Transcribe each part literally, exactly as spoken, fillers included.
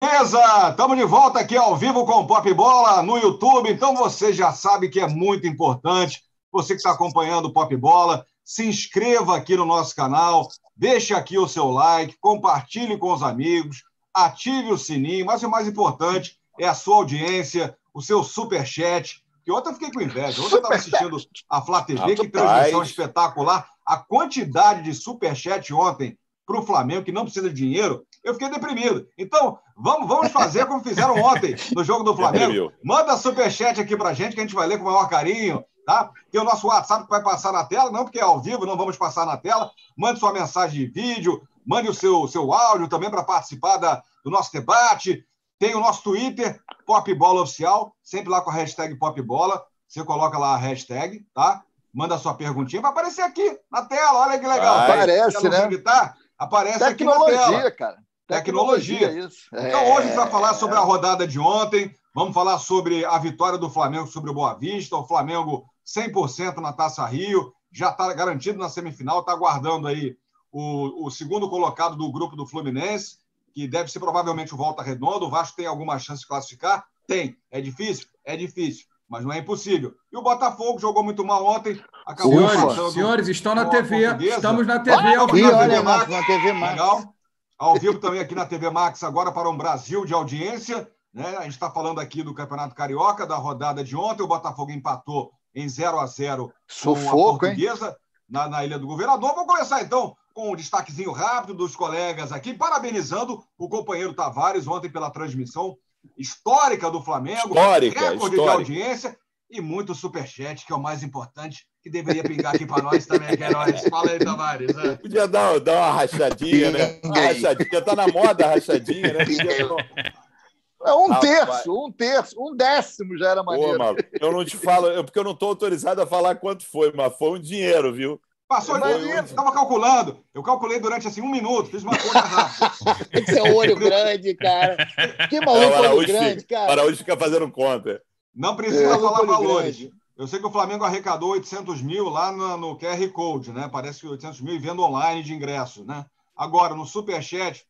Beleza, estamos de volta aqui ao vivo com o Pop Bola no YouTube. Então você já sabe que é muito importante, você que está acompanhando o Pop Bola, se inscreva aqui no nosso canal, deixe aqui o seu like, compartilhe com os amigos, ative o sininho, mas o mais importante é a sua audiência, o seu superchat, que ontem eu fiquei com inveja. Ontem eu estava assistindo a Flá T V, que transmissão espetacular. A quantidade de superchat ontem para o Flamengo, que não precisa de dinheiro, eu fiquei deprimido. Então, vamos, vamos fazer como fizeram ontem no jogo do Flamengo. Manda superchat aqui pra gente, que a gente vai ler com o maior carinho, tá? Tem o nosso WhatsApp que vai passar na tela, não porque é ao vivo, não vamos passar na tela. Mande sua mensagem de vídeo, mande o seu, seu áudio também para participar da, do nosso debate. Tem o nosso Twitter, Pop Bola Oficial, sempre lá com a hashtag Pop Bola. Você coloca lá a hashtag, tá? Manda a sua perguntinha, vai aparecer aqui na tela. Olha que legal. Ah, aparece, né? Gritar, aparece aqui na tela. Tecnologia, cara. Tecnologia. Tecnologia. Isso. Então, hoje a gente vai falar sobre a rodada de ontem, vamos falar sobre a vitória do Flamengo sobre o Boa Vista, o Flamengo cem por cento na Taça Rio, já está garantido na semifinal, está aguardando aí o, o segundo colocado do grupo do Fluminense, que deve ser provavelmente o Volta Redonda. O Vasco tem alguma chance de classificar? Tem. É difícil? É difícil, mas não é impossível. E o Botafogo jogou muito mal ontem, acabou senhores, passando... Senhores, estão na T V, estamos na T V. Ah, ao na, vivo. T V Max, na T V Max. Legal. Ao vivo também aqui na T V Max, agora para um Brasil de audiência. Né? A gente está falando aqui do Campeonato Carioca, da rodada de ontem. O Botafogo empatou em zero a zero com a Portuguesa na, na Ilha do Governador. Vamos começar, então, com um destaquezinho rápido dos colegas aqui, parabenizando o companheiro Tavares ontem pela transmissão histórica do Flamengo. Histórica, recorde histórica. de audiência e muito superchat, que é o mais importante, que deveria pingar aqui para nós também, que é nós. Fala aí, Tavares. É. Podia dar, dar uma rachadinha, né? Uma rachadinha, tá na moda a rachadinha, né? Podia... É um Rapaz. terço, um terço, um décimo já era maneiro. Pô, maluco, eu não te falo, eu, porque eu não estou autorizado a falar quanto foi, mas foi um dinheiro, viu? Passou de dinheiro, estava calculando. Eu calculei durante assim um minuto, fiz uma conta rápida. Tem que ser olho grande, cara. Que maluco é, olho grande, fica, cara. O Araújo fica fazendo conta. Não precisa é, falar valores. Grande. Eu sei que o Flamengo arrecadou oitocentos mil lá no, no Q R Code, né? Parece que oitocentos mil e venda online de ingresso, né? Agora, no Superchat,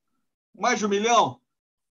mais de um milhão?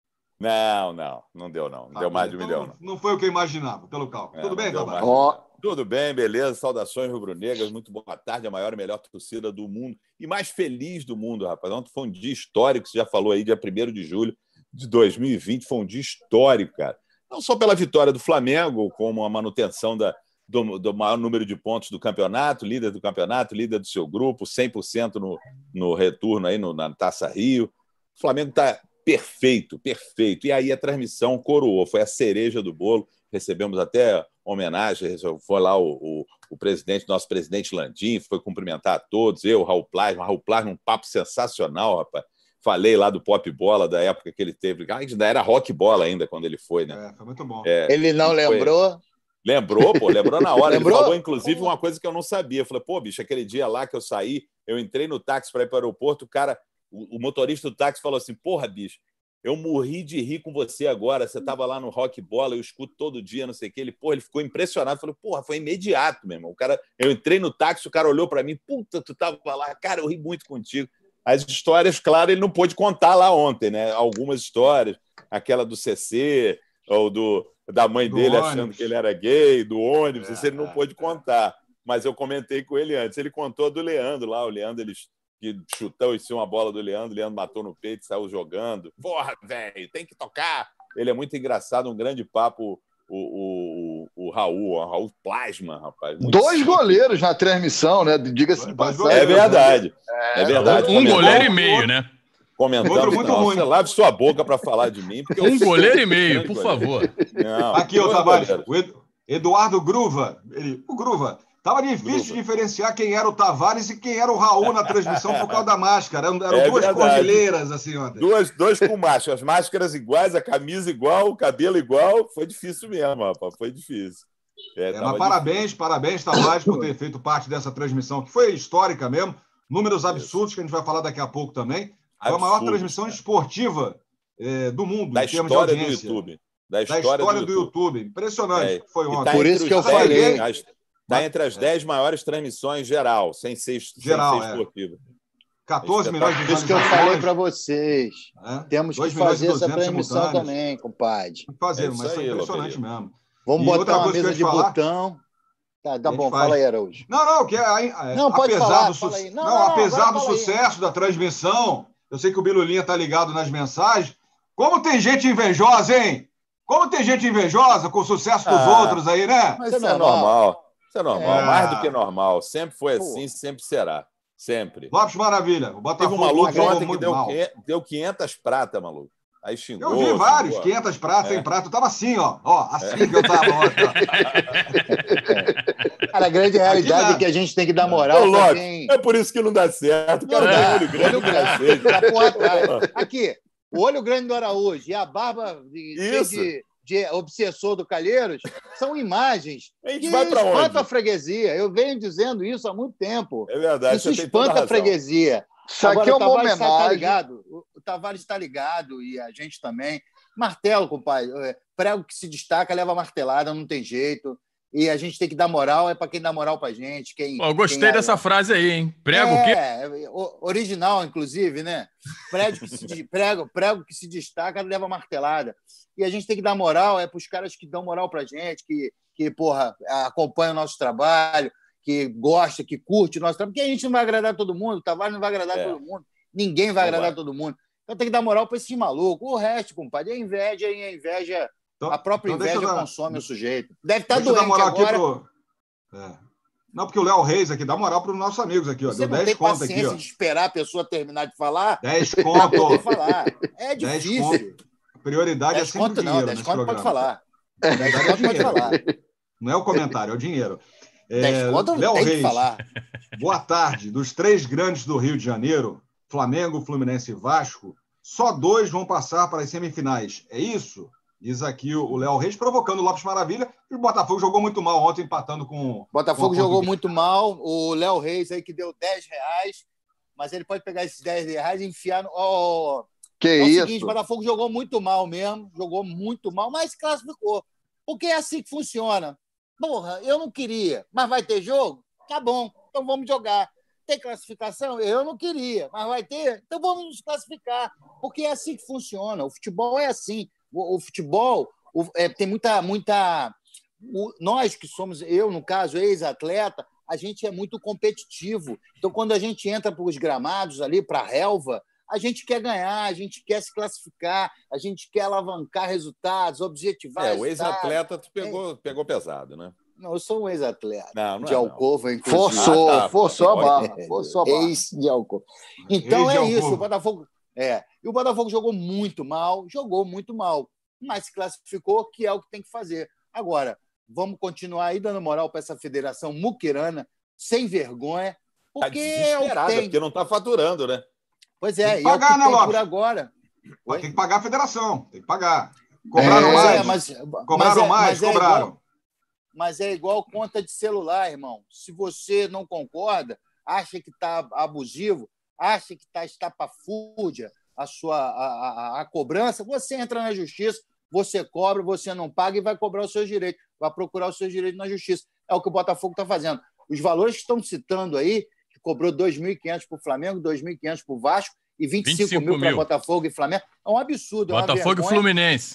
Não, não, não deu não. Não ah, deu mais de um então milhão, não. Não foi o que eu imaginava, pelo cálculo. É, Tudo bem, Tavares? Oh. Tudo bem, beleza. Saudações rubro-negras. Muito boa tarde. A maior e melhor torcida do mundo. E mais feliz do mundo, rapaz. Ontem foi um dia histórico. Você já falou aí, dia primeiro de julho de dois mil e vinte. Foi um dia histórico, cara. Não só pela vitória do Flamengo, como a manutenção da, do, do maior número de pontos do campeonato, líder do campeonato, líder do seu grupo, cem por cento no, no retorno aí no, na Taça Rio. O Flamengo está perfeito, perfeito. E aí a transmissão coroou. Foi a cereja do bolo. Recebemos até homenagem, foi lá o, o, o presidente, nosso presidente Landim, foi cumprimentar a todos, eu, Raul Plasma, Raul Plasma, um papo sensacional, rapaz. Falei lá do Pop Bola, da época que ele teve, ainda era Rock Bola ainda quando ele foi, né? É, foi muito bom. É, ele não lembrou? Foi... Lembrou, pô, lembrou na hora. Lembrou? Ele falou, inclusive, uma coisa que eu não sabia. Eu falei, pô, bicho, aquele dia lá que eu saí, eu entrei no táxi para ir para o aeroporto, o cara, o, o motorista do táxi falou assim, porra, bicho, eu morri de rir com você agora. Você estava lá no Rock Bola, eu escuto todo dia, não sei o que. Ele, porra, ele ficou impressionado. Falei, porra, foi imediato, meu irmão. O cara, eu entrei no táxi, o cara olhou para mim, puta, tu estava lá, cara, eu ri muito contigo. As histórias, claro, ele não pôde contar lá ontem, né? Algumas histórias, aquela do C C, ou do, da mãe do dele ônibus. Achando que ele era gay, do ônibus, é, isso ele não pôde contar. Mas eu comentei com ele antes. Ele contou a do Leandro lá, o Leandro, eles. Que chutou e uma bola do Leandro, o Leandro matou no peito, saiu jogando. Porra, velho, tem que tocar. Ele é muito engraçado, um grande papo, o, o, o, o Raul, o Raul Plasma, rapaz. Dois simples. Goleiros na transmissão, né? Diga-se de passagem. É verdade, é, é verdade. Um goleiro e meio, né? Comentando, muito não, ruim. Você lave sua boca para falar de mim. Porque um goleiro e meio, por goleiro. favor. Não, aqui, ô Tavares, o Eduardo Gruva, ele, o Gruva, Tava difícil de diferenciar quem era o Tavares e quem era o Raul na transmissão por causa da máscara. Eram, eram é duas verdade. cordilheiras, assim, ontem. Duas, dois com máscara. As máscaras iguais, a camisa igual, o cabelo igual. Foi difícil mesmo, rapaz. Foi difícil. É, é, mas parabéns, difícil. parabéns, Tavares, por ter feito parte dessa transmissão, que foi histórica mesmo. Números absurdos, que a gente vai falar daqui a pouco também. Foi Absurdo, a maior transmissão cara. esportiva é, do mundo, da em termos história de audiência. Do YouTube. Da história, da história do, do YouTube. YouTube. Impressionante. É. Foi ontem. Tá por isso que eu falei. As... Está entre as dez maiores transmissões geral, sem ser, geral, sem ser é. esportiva. quatorze milhões de visualizações. Isso que eu falei para vocês. É? Temos que fazer essa transmissão também, compadre. Fazer, é mas é impressionante Loperia. mesmo. Vamos e botar uma mesa de falar, botão. Tá, tá bom, faz. Fala aí, Araújo. Não, não, que é, não, pode apesar falar, do, su... fala não, não, apesar do sucesso aí. da transmissão, eu sei que o Bilulinha tá ligado nas mensagens. Como tem gente invejosa, hein? Como tem gente invejosa com o sucesso dos ah, outros aí, né? Mas isso é normal. normal. Isso é normal, é. mais do que normal. Sempre foi assim, Pô. sempre será. Sempre. Lopes Maravilha. O Botafogo Teve um maluco jogou ontem muito que deu, mal. deu quinhentas pratas, maluco. Aí xingou. Eu vi vários, xingou. quinhentas pratas, é. em prata. Eu tava assim, ó. Ó, assim é. que eu tava ontem. Cara, a grande realidade é que a gente tem que dar moral. Ô, pra quem... É por isso que não dá certo. O cara não tem olho grande. Olho grande. Aqui, o olho grande do Araújo e a barba de, de, de obsessor do Calheiros são imagens a gente que vai pra espantam onde? a freguesia. Eu venho dizendo isso há muito tempo. É verdade. Isso espanta a freguesia. Isso aqui é uma homenagem. Tá ligado. O Tavares está ligado e a gente também. Martelo, compadre. Prego que se destaca, leva martelada, não tem jeito. E a gente tem que dar moral, é para quem dá moral pra gente. Quem, Pô, eu gostei quem dessa é... frase aí, hein? Prego o quê? É, original, inclusive, né? Prego que, se, prego, prego que se destaca, leva martelada. E a gente tem que dar moral, é para os caras que dão moral pra gente, que, que porra, acompanham o nosso trabalho, que gosta, que curte o nosso trabalho, porque a gente não vai agradar todo mundo, o Tavares não vai agradar é. todo mundo, ninguém vai não agradar vai. todo mundo. Então tem que dar moral para esses malucos. O resto, compadre, é inveja, é inveja. Então, a própria então inveja consome dar... o sujeito. Deve estar doente agora. Aqui pro... é. Não, porque o Léo Reis aqui dá moral para os nossos amigos aqui. Ó. Você Deu não dez tem conto paciência aqui, ó. de esperar a pessoa terminar de falar? dez conto. falar. É difícil. A prioridade é sempre conto, o dinheiro. Não, dez conto pode falar. dez conto pode falar. Não é o comentário, é o dinheiro. É, Léo Reis, falar. Boa tarde. Dos três grandes do Rio de Janeiro, Flamengo, Fluminense e Vasco, só dois vão passar para as semifinais. É isso? Diz aqui o Léo Reis, provocando o Lopes Maravilha. E o Botafogo jogou muito mal ontem, empatando com... O Botafogo com jogou muito mal. O Léo Reis aí que deu dez reais, mas ele pode pegar esses dez reais e enfiar no... Oh, que é isso? o seguinte, o Botafogo jogou muito mal mesmo, jogou muito mal, mas classificou. Porque é assim que funciona. Porra, eu não queria, mas vai ter jogo? Tá bom, então vamos jogar. Tem classificação? Eu não queria, mas vai ter? Então vamos nos classificar. Porque é assim que funciona. O futebol é assim. O, o futebol o, é, tem muita... muita o, nós que somos, eu, no caso, ex-atleta, a gente é muito competitivo. Então, quando a gente entra para os gramados ali, para a relva, a gente quer ganhar, a gente quer se classificar, a gente quer alavancar resultados, objetivar é, resultados. O ex-atleta tu pegou, é. pegou pesado, né? Não, eu sou um ex-atleta. Não, não de é, Alcova, não. inclusive. Forçou, ah, tá, forçou a barra. Forçou a barra. Ex de Alcova. Então ex é isso, o Botafogo... É, e o Botafogo jogou muito mal, jogou muito mal, mas se classificou, que é o que tem que fazer. Agora, vamos continuar aí dando moral para essa federação muquirana, sem vergonha, porque tá desesperada, é tem... porque não está faturando, né? Pois é, tem que pagar, e é o que né, tem Lopes? por agora. Tem que pagar a federação, tem que pagar. Cobraram é, mais, é, mas, cobraram mas é, mais, mas é cobraram. Igual, mas é igual conta de celular, irmão. Se você não concorda, acha que está abusivo, acha que está estapafúrdia a sua a, a, a cobrança, você entra na justiça, você cobra, você não paga e vai cobrar os seus direitos, vai procurar os seus direitos na justiça. É o que o Botafogo está fazendo. Os valores que estão citando aí, que cobrou dois mil e quinhentos para o Flamengo, dois mil e quinhentos para o Vasco e vinte e cinco mil para Botafogo e Flamengo, é um absurdo. Botafogo é e Fluminense.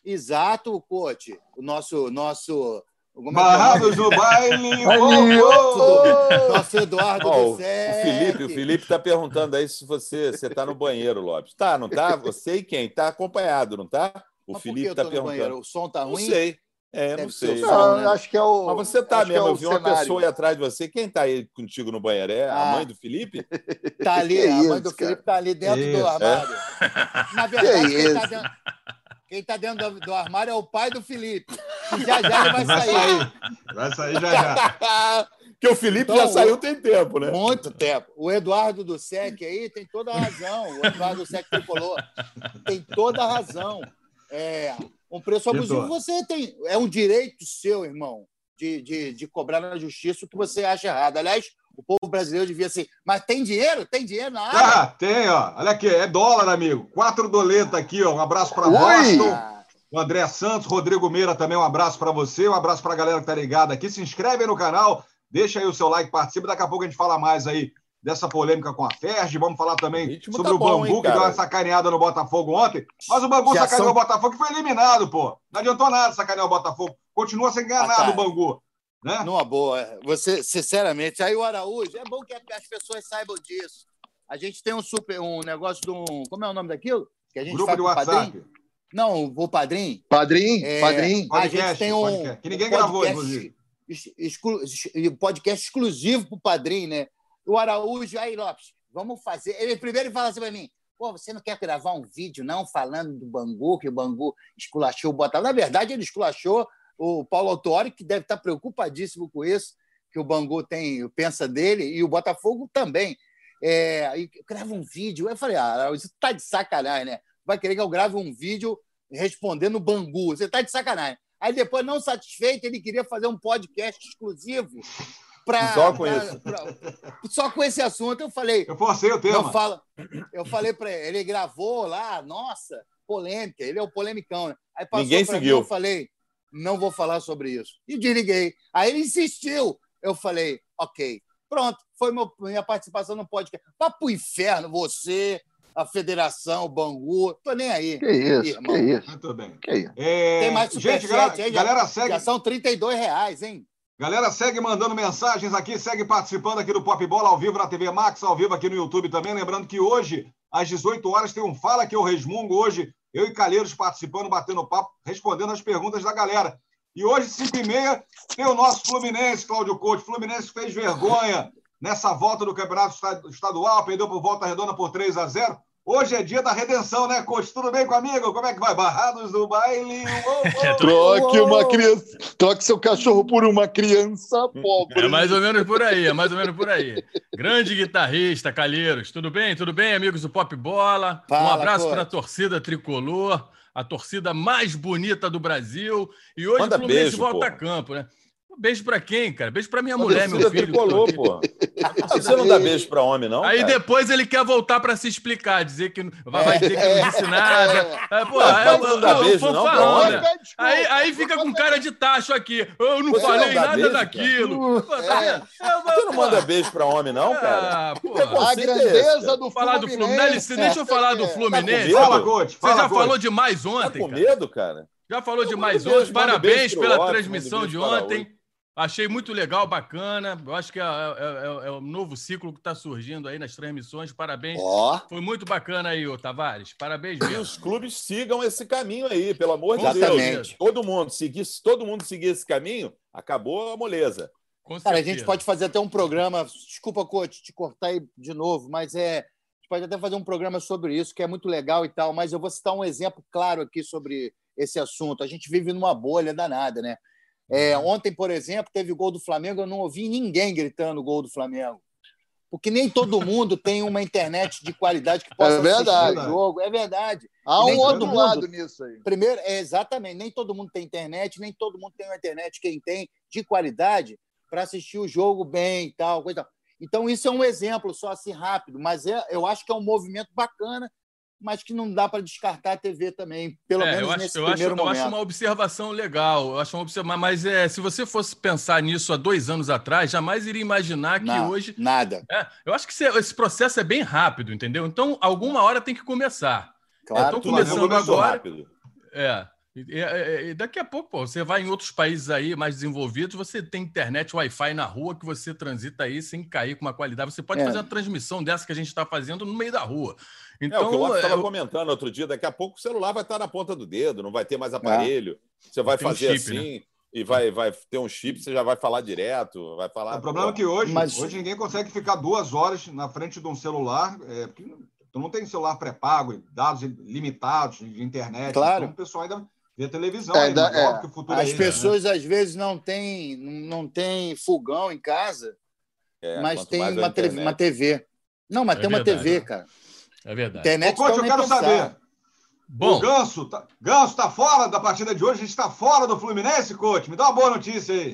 Exato, coach. O nosso... nosso Barrados no baile, voltou! Nosso Eduardo oh, do Sec. O Felipe o Felipe está perguntando aí se você está no banheiro, Lopes. Tá, não tá? Você e quem? Está acompanhado, não tá? O Mas Felipe está perguntando. Banheiro? O som tá ruim? Não sei. É, Deve não sei. Não, som, né? acho que é o... Mas você tá mesmo, é eu vi uma cenário. pessoa aí atrás de você. Quem está aí contigo no banheiro? É ah. a mãe do Felipe? Tá ali, que a mãe isso, do cara? Felipe tá ali dentro isso, do armário. É? Na verdade, que quem isso? tá dentro... Quem está dentro do, do armário é o pai do Felipe. E já já ele vai, vai sair. sair. Vai sair já já. Porque o Felipe então, já saiu tem tempo, né? Muito tempo. O Eduardo do Sec aí tem toda a razão. O Eduardo do Sec tricolor tem toda a razão. É, um preço abusivo você tem. É um direito seu, irmão, de, de, de cobrar na justiça o que você acha errado. Aliás, o povo brasileiro devia ser. Mas tem dinheiro? Tem dinheiro na área? Ah, tem, ó. Olha aqui, é dólar, amigo. Quatro doletas aqui, ó. Um abraço para Boston. Ah. O André Santos, Rodrigo Meira também, um abraço para você. Um abraço para a galera que tá ligada aqui. Se inscreve aí no canal, deixa aí o seu like, participa. Daqui a pouco a gente fala mais aí dessa polêmica com a Ferdi, vamos falar também O sobre tá o bom, Bangu, hein, que deu cara? uma sacaneada no Botafogo ontem. Mas o Bangu Já sacaneou são- o Botafogo e foi eliminado, pô. Não adiantou nada sacanear o Botafogo. Continua sem ganhar Ah, nada cara. o Bangu. Né? Numa boa. Você, sinceramente, aí o Araújo, é bom que as pessoas saibam disso. A gente tem um super, um negócio de um. Como é o nome daquilo? Que a gente Grupo faz de com o WhatsApp. Padrinho? Não, o Padrinho. Padrinho, É, padrinho. a gente Podcast, tem um podcast, que ninguém um gravou, podcast inclusive. ex- exclu- ex- podcast exclusivo para o Padrinho, né? O Araújo, aí, Lopes, vamos fazer. Ele primeiro ele fala assim para mim: pô, você não quer gravar um vídeo, não, falando do Bangu, que o Bangu esculachou o Botafogo? Na verdade, ele esculachou o Paulo Autuori, que deve estar preocupadíssimo com isso, que o Bangu tem, pensa dele, e o Botafogo também. É, e grava um vídeo. Eu falei, ah, você tá de sacanagem, né? Vai querer que eu grave um vídeo respondendo o Bangu. Você tá de sacanagem. Aí depois, não satisfeito, ele queria fazer um podcast exclusivo pra, Só com pra- isso. pra- só com esse assunto. Eu falei, Eu forcei o tema. não fala. Eu falei para ele, ele gravou lá, nossa, polêmica, ele é o polemicão, né? Aí passou Ninguém pra mim, seguiu. eu falei, não vou falar sobre isso. E desliguei. Aí ele insistiu. Eu falei, ok. Pronto, foi meu, minha participação no podcast. Vá pro inferno, você, a federação, o Bangu, tô nem aí. Que isso, irmão. que isso, Muito bem. que isso. É, Tem mais gente, superchat galera, aí, já- galera segue, Já são trinta e dois reais, hein? galera segue mandando mensagens aqui, segue participando aqui do Pop Bola, ao vivo na T V Max, ao vivo aqui no YouTube também. Lembrando que hoje, às dezoito horas, tem um Fala Que Eu Resmungo. Hoje, eu e Calheiros participando, batendo papo, respondendo as perguntas da galera. E hoje, cinco e meia, tem o nosso Fluminense, Cláudio Couto. Fluminense fez vergonha nessa volta do Campeonato Estadual, perdeu por Volta Redonda por três a zero. Hoje é dia da redenção, né, Couto? Tudo bem comigo? Como é que vai? Barrados do baile. Uou, uou. Troque uma criança, troque seu cachorro por uma criança pobre. É mais ou menos por aí, é mais ou menos por aí. Grande guitarrista, Calheiros. Tudo bem? Tudo bem, amigos do Pop Bola? Um Fala, abraço Couto. para a torcida tricolor, a torcida mais bonita do Brasil. E hoje Manda o Fluminense beijo, volta porra. a campo, né? Um beijo para quem, cara? Beijo para minha A mulher, meu torcida filho. que tricolor, estão aqui. pô. Você não dá beijo pra homem, não? Aí cara? depois ele quer voltar para se explicar, dizer que vai vai dizer que não disse nada. É, pô, Não, é, mas o- não dá é o beijo, não, fanfarrão, pra né? homem. Aí, aí fica com cara de tacho aqui. Eu não Você falei não dá nada beijo, daquilo. Pô, tá É. vendo? É, Você não pô, manda beijo pra homem, não, cara? Ah, pô. preconceito. A grandeza do Vou falar do Fluminense. Dá Fluminense. licença, deixa eu falar do Fluminense. medo? Fala, Couto. Você Fala, já Couto. falou demais Tá ontem, com cara. medo, cara? Já falou Eu demais mando beijo, ontem. mando Parabéns beijo pro pela Otto, transmissão mando de beijo para ontem. Achei muito legal, bacana. Eu acho que é, é, é, é um novo ciclo que está surgindo aí nas transmissões. Parabéns. Ó, Foi muito bacana aí, ô Tavares. Parabéns E mesmo. os clubes sigam esse caminho aí, pelo amor de Exatamente. Deus. Todo mundo seguir, se todo mundo seguir esse caminho, acabou a moleza. Com cara, a certeza. gente pode fazer até um programa. Desculpa, Coach, te cortar aí de novo, mas é. A gente pode até fazer um programa sobre isso, que é muito legal e tal, mas eu vou citar um exemplo claro aqui sobre esse assunto. A gente vive numa bolha danada, né? É, ontem, por exemplo, teve o gol do Flamengo, eu não ouvi ninguém gritando o gol do Flamengo. Porque nem todo mundo tem uma internet de qualidade que possa É verdade. assistir o jogo. É verdade. Há Nem um todo outro mundo. lado nisso aí. Primeiro, é exatamente, nem todo mundo tem internet, nem todo mundo tem uma internet, quem tem, de qualidade, para assistir o jogo bem e tal, coisa e tal. Então, isso é um exemplo só assim rápido, mas é, eu acho que é um movimento bacana, mas que não dá para descartar a T V também, pelo É, menos eu acho, nesse eu acho, primeiro eu momento. acho uma observação legal. Eu acho uma observação, mas é, se você fosse pensar nisso há dois anos atrás, jamais iria imaginar que Não, hoje. nada. É, eu acho que esse, esse processo é bem rápido, entendeu? Então, alguma hora tem que começar. Claro, Tô que começando Flamengo começou agora. rápido. É. E, e- e daqui a pouco, pô, você vai em outros países aí mais desenvolvidos, você tem internet, Wi-Fi na rua, que você transita aí sem cair com uma qualidade. Você pode É. fazer uma transmissão dessa que a gente está fazendo no meio da rua. É, o que o Então, Lopes estava eu- comentando outro dia, daqui a pouco o celular vai estar na ponta do dedo, não vai ter mais aparelho. Você vai Tem um fazer chip, assim e vai, vai ter um chip, você já vai falar direto, vai falar... O problema é que hoje, Mas- hoje ninguém consegue ficar duas horas na frente de um celular, é, porque tu não tem celular pré-pago, dados limitados de internet. Claro. Então o pessoal ainda vê televisão. É, ainda, ainda- é. óbvio que o futuro é As esse, né? pessoas, às vezes, não têm não tem fogão em casa, É, mas quanto tem mais a uma, tele- internet. uma T V. Não, mas É tem uma verdade, T V, né? cara. É verdade. Internet Ô, Coach, então eu nem quero pensar. saber. Bom, O Ganso tá, Ganso tá fora da partida de hoje, a gente está fora do Fluminense, Coach? Me dá uma boa notícia aí.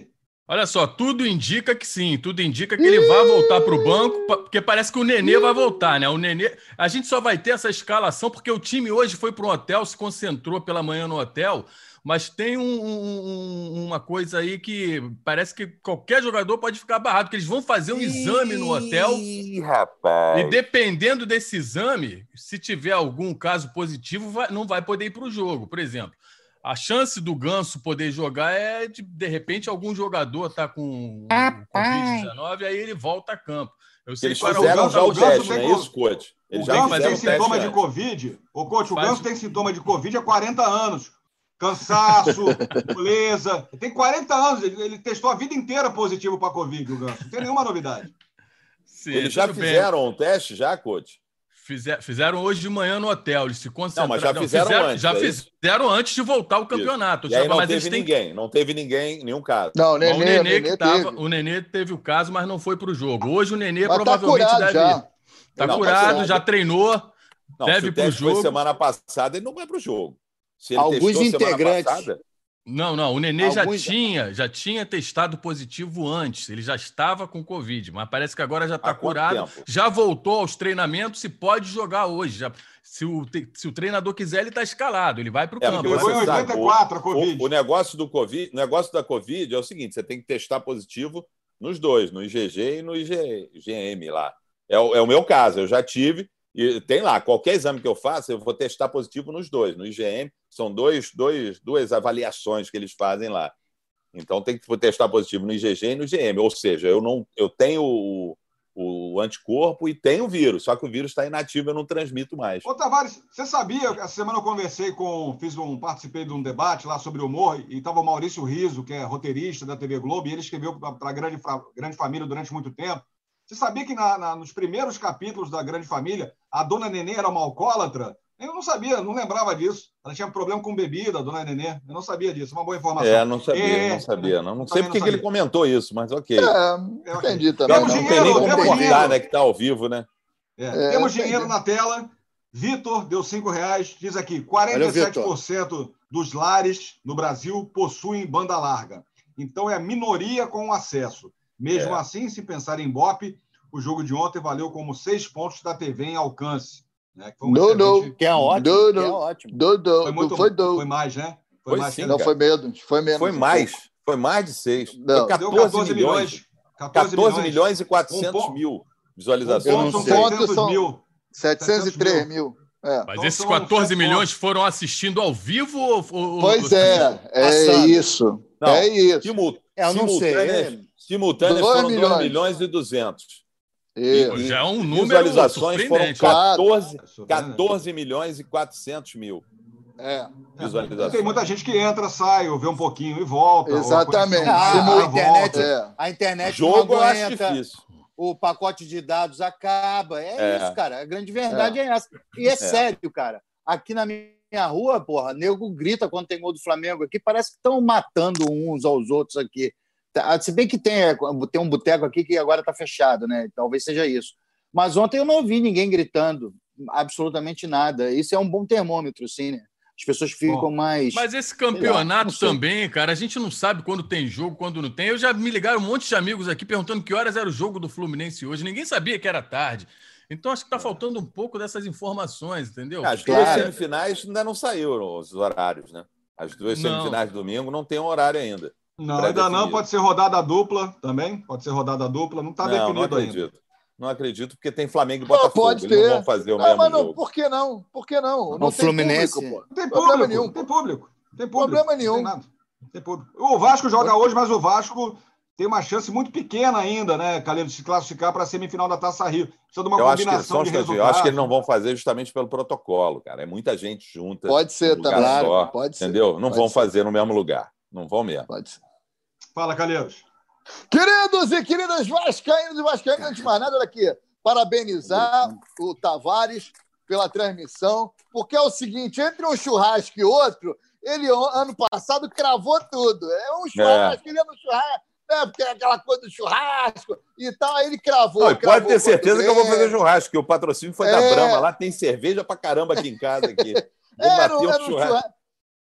Olha só, tudo indica que sim, tudo indica que ele vai voltar para o banco, porque parece que o Nenê vai voltar, né? O Nenê, a gente só vai ter essa escalação porque o time hoje foi para um hotel, se concentrou pela manhã no hotel, mas tem um, um, uma coisa aí que parece que qualquer jogador pode ficar barrado, porque eles vão fazer um exame no hotel. Ih, rapaz. E dependendo desse exame, se tiver algum caso positivo, vai, não vai poder ir para o jogo. Por exemplo, a chance do Ganso poder jogar é de, de repente, algum jogador tá com Ah, covid dezenove, aí ele volta a campo. Eu sei Eles que fizeram já o Ganso teste, tem não é co- isso, coach? Eles O já Ganso fazer tem fizeram o teste sintoma de antes. Covid. Ô, coach, o Faz- Ganso tem sintoma de Covid há quarenta anos. Cansaço, moleza. Ele tem quarenta anos. Ele, ele testou a vida inteira positivo para Covid, o Ganso. Não tem nenhuma novidade. Sim, Eles já tudo bem. fizeram um teste, já, coach? Fizer- fizeram hoje de manhã no hotel. Eles se concentraram. Não, mas já fizeram antes, Já é isso? fizeram antes de voltar ao campeonato. E aí não mas eles teve têm ninguém, não teve ninguém, nenhum caso. Não, o Mas Nenê, o Nenê, Nenê que tava, teve. o Nenê teve o caso, mas não foi para o jogo. Hoje o Nenê Mas tá provavelmente curado deve já. ir. Tá Não, curado, mas- já treinou, Não, deve se ir o pro teste foi jogo. semana passada, ele não vai para o jogo. Se ele Alguns testou semana integrantes. passada, Não, não, o Nenê já Alguns- tinha, já tinha testado positivo antes, ele já estava com Covid, mas parece que agora já está Há quanto curado, tempo? já voltou aos treinamentos e pode jogar hoje. Já, se, o, te- se o treinador quiser, ele está escalado, ele vai para o É, campo. porque Pegou em você sabe, oitenta e quatro a Covid. O, o negócio do COVID, o negócio da Covid é o seguinte: você tem que testar positivo nos dois, no I G G e no I G M lá. É o, é o meu caso, eu já tive, e tem lá, qualquer exame que eu faça, eu vou testar positivo nos dois. No I G M, são dois, dois, duas avaliações que eles fazem lá. Então tem que testar positivo no I G G e no I G M. Ou seja, eu, não, eu tenho o, o anticorpo e tenho o vírus, só que o vírus está inativo, eu não transmito mais. Ô, Tavares, você sabia, essa semana eu conversei com, fiz um, participei de um debate lá sobre humor, e estava o Maurício Riso, que é roteirista da T V Globo, e ele escreveu para a Grande, Fra- Grande Família durante muito tempo. Você sabia que na, na, nos primeiros capítulos da Grande Família, a dona Nenê era uma alcoólatra? Eu não sabia, não lembrava disso. Ela tinha um problema com bebida, a dona Nenê. Eu não sabia disso, uma boa informação. É, não sabia, É, não sabia. Não, não também sei não porque que sabia. ele comentou isso, mas ok. É, entendi Não, também. Temos não não. tem nem dinheiro, como temos cortar, dinheiro. né, que está ao vivo, né? É, É, temos entendi. dinheiro na tela. Vitor deu cinco reais. Diz aqui: quarenta e sete por cento dos lares no Brasil possuem banda larga. Então é a minoria com acesso. Mesmo É. assim, se pensar em Ibope, o jogo de ontem valeu como seis pontos da T V em alcance. Né? Que foi um Não, não. excelente- Que é ótimo, Do, que é do. ótimo. Do, do, Foi, muito, foi do. foi mais, né? Foi mais. sim, que- Não, cara. foi menos. Foi menos. Foi um mais, pouco. foi mais de seis. Não. Foi Deu catorze milhões. catorze catorze milhões. milhões e Um quatrocentos ponto- mil Um visualizações. Eu ponto não são sei. seiscentos São- mil. setecentos e três mil. É. Mas Então esses são quatorze sete milhões pontos. foram assistindo ao vivo ou... ou- Pois ou- é, é Passando. isso. Não, É isso. Simul- É, eu não sei. simultâneas, simultâneas Dois foram dois milhões. milhões e duzentos. Isso. Já é um E número visualizações foram surpreendente. catorze, É surpreendente. catorze milhões e quatrocentos mil É. visualizações. Tem muita gente que entra, sai, ou vê um pouquinho e volta. ou a Exatamente. conexão Ah, para, a internet- volta. É. A internet Jogo não eu acho aguenta, difícil. o pacote de dados acaba. É, É. isso, cara. A grande verdade é, essa. E é, sério, cara. Aqui na minha rua, porra, nego grita quando tem gol do Flamengo aqui, parece que estão matando uns aos outros aqui. Tá, se bem que tem, é, tem um boteco aqui que agora está fechado, né? Talvez seja isso. Mas ontem eu não ouvi ninguém gritando absolutamente nada. Isso é um bom termômetro, sim, né? As pessoas ficam Bom, Mas mais... esse Sei lá, campeonato não sei. também, cara, a gente não sabe quando tem jogo, quando não tem. Eu já me ligaram um monte de amigos aqui perguntando que horas era o jogo do Fluminense hoje. Ninguém sabia que era tarde. Então acho que tá faltando um pouco dessas informações, entendeu? As Claro. duas semifinais ainda não saíram os horários, né? As duas Não. semifinais de domingo não tem um horário ainda. Não, ainda não. Pré-definido. Pode ser rodada dupla também. Pode ser rodada dupla. Não está não, não definido ainda. acredito. Não acredito, porque tem Flamengo e Não, Botafogo. pode Eles não ter. vão fazer o Não, mesmo mas não, jogo. por que não? Por que não? Não O tem Fluminense- público, pô. Não tem Problema público. nenhum. Não tem público. Não tem público. Problema Não nenhum. tem nada. Não tem público. O Vasco joga hoje, mas o Vasco tem uma chance muito pequena ainda, né, Calil, de se classificar para a semifinal da Taça Rio. Precisa de uma Eu acho, que, combinação só um de instantinho, resultados. eu acho que eles não vão fazer justamente pelo protocolo, cara. É muita gente junta. Pode ser num lugar também. só, Pode ser. entendeu? Não Pode vão ser. fazer no mesmo lugar. Não vão mesmo. Pode ser. Fala, Calheiros. Queridos e queridas vascaínos e vascaínas, antes de mais nada, olha aqui, parabenizar o Tavares pela transmissão, porque é o seguinte, entre um churrasco e outro, ele ano passado cravou tudo. É um churrasco, ele é no churrasco, né? Porque é aquela coisa do churrasco e tal, aí ele cravou. Não, e cravou pode ter certeza que eu vou fazer Grêmio. churrasco, que o patrocínio foi da É. Brahma. Lá tem cerveja pra caramba aqui em casa. Aqui. Vou Era, bater um- um era um churrasco. churrasco.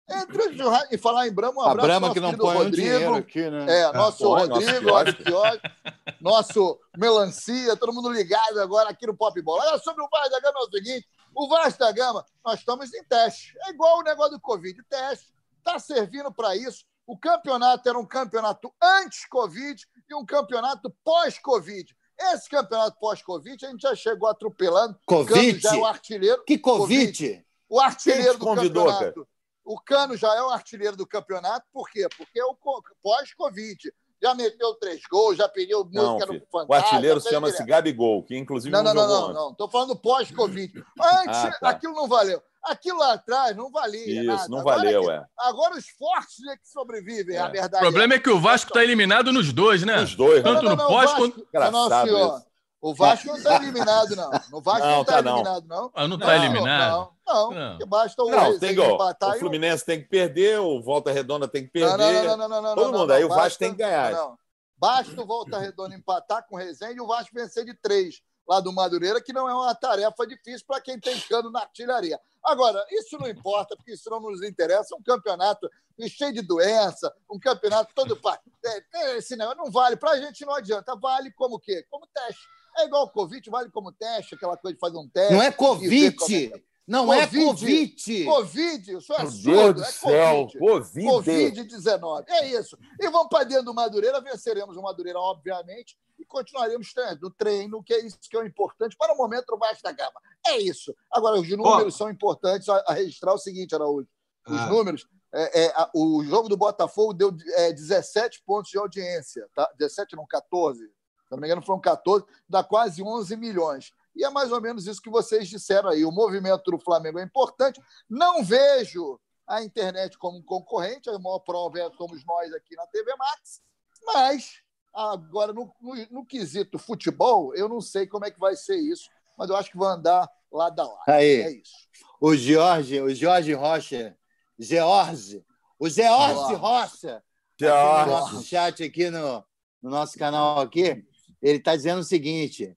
Entre os churrascos, e falar em Brahma, um A abraço Brahma nosso que não querido põe um Rodrigo. dinheiro aqui, né? É, nosso põe, Rodrigo, nosso lá do quiosque, nosso Melancia, todo mundo ligado agora aqui no Pop Bola. Olha, sobre o Vasco da Gama é o seguinte, o Vasco da Gama, nós estamos em teste. É igual o negócio do Covid, teste. Está servindo para isso. O campeonato era um campeonato antes-Covid e um campeonato pós-Covid. Esse campeonato pós-Covid, a gente já chegou atropelando. Covid? O Cano já é o artilheiro. Que Covid? Covid. O artilheiro Quem te do convidou, campeonato. cara? O Cano já é o artilheiro do campeonato. Por quê? Porque é o co- pós-Covid. Já meteu três gols, já pediu Não, música filho. no Fantástico. O artilheiro fez chama-se direto. Gabigol, que inclusive Não, não, não, não, jogou não, ontem. não. Estou falando pós-Covid. Antes, Ah, tá. aquilo não valeu. Aquilo lá atrás não valia Isso, nada. não Agora valeu, que- é. Agora os fortes é que sobrevivem, É. a O verdade. problema é que o Vasco está eliminado nos dois, né? Os dois, Tanto né? no pós o quanto. Vasco, não, não, Engraçado senhor. isso. O Vasco não está eliminado, não. O Vasco Não, não está tá não. eliminado, não. Ah, não Não, está eliminado? Não, não. Não. Porque basta o Não, Rezende tem igual. empatar O e o- Fluminense tem que perder, o Volta Redonda tem que Não, perder. não, não, não, não, não, Todo não, mundo. não, Aí o Vasco basta- tem que ganhar. Não, não. Basta o Volta Redonda empatar com o Rezende e o Vasco vencer de três lá do Madureira, que não é uma tarefa difícil para quem tem cano na artilharia. Agora, isso não importa, porque isso não nos interessa. É um campeonato cheio de doença, um campeonato todo... pa- é, é, Esse negócio não vale. Para a gente não adianta. Vale como o quê? Como teste. É igual o Covid, vale como teste, aquela coisa de fazer um teste. Não é e ver como é Covid. Não é Covid. Covid. Covid, isso é Meu absurdo. Deus do é céu, Covid. Covid. Covid dezenove. É isso. E vamos para dentro do Madureira, venceremos o Madureira, obviamente, e continuaremos no treino, que é isso que é o importante para o momento do Vasco da Gama. É isso. Agora, os números Ó. são importantes a, a registrar o seguinte, Araújo. Os Ah. números, é, é, a- o jogo do Botafogo deu é, dezessete pontos de audiência. Tá? dezessete não, catorze. Se não me engano, foram catorze, dá quase onze milhões. E é mais ou menos isso que vocês disseram aí. O movimento do Flamengo é importante. Não vejo a internet como um concorrente, a maior prova é somos nós aqui na T V Max, mas agora, no, no, no quesito futebol, eu não sei como é que vai ser isso, mas eu acho que vai andar lá da lá. Aí. É isso. O Jorge, o Jorge Rocha, George, o George Rocha, aqui no nosso chat aqui no, no nosso canal aqui, ele está dizendo o seguinte,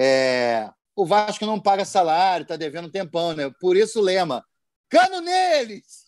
é, o Vasco não paga salário, está devendo um tempão, né? Por isso o lema, cano neles!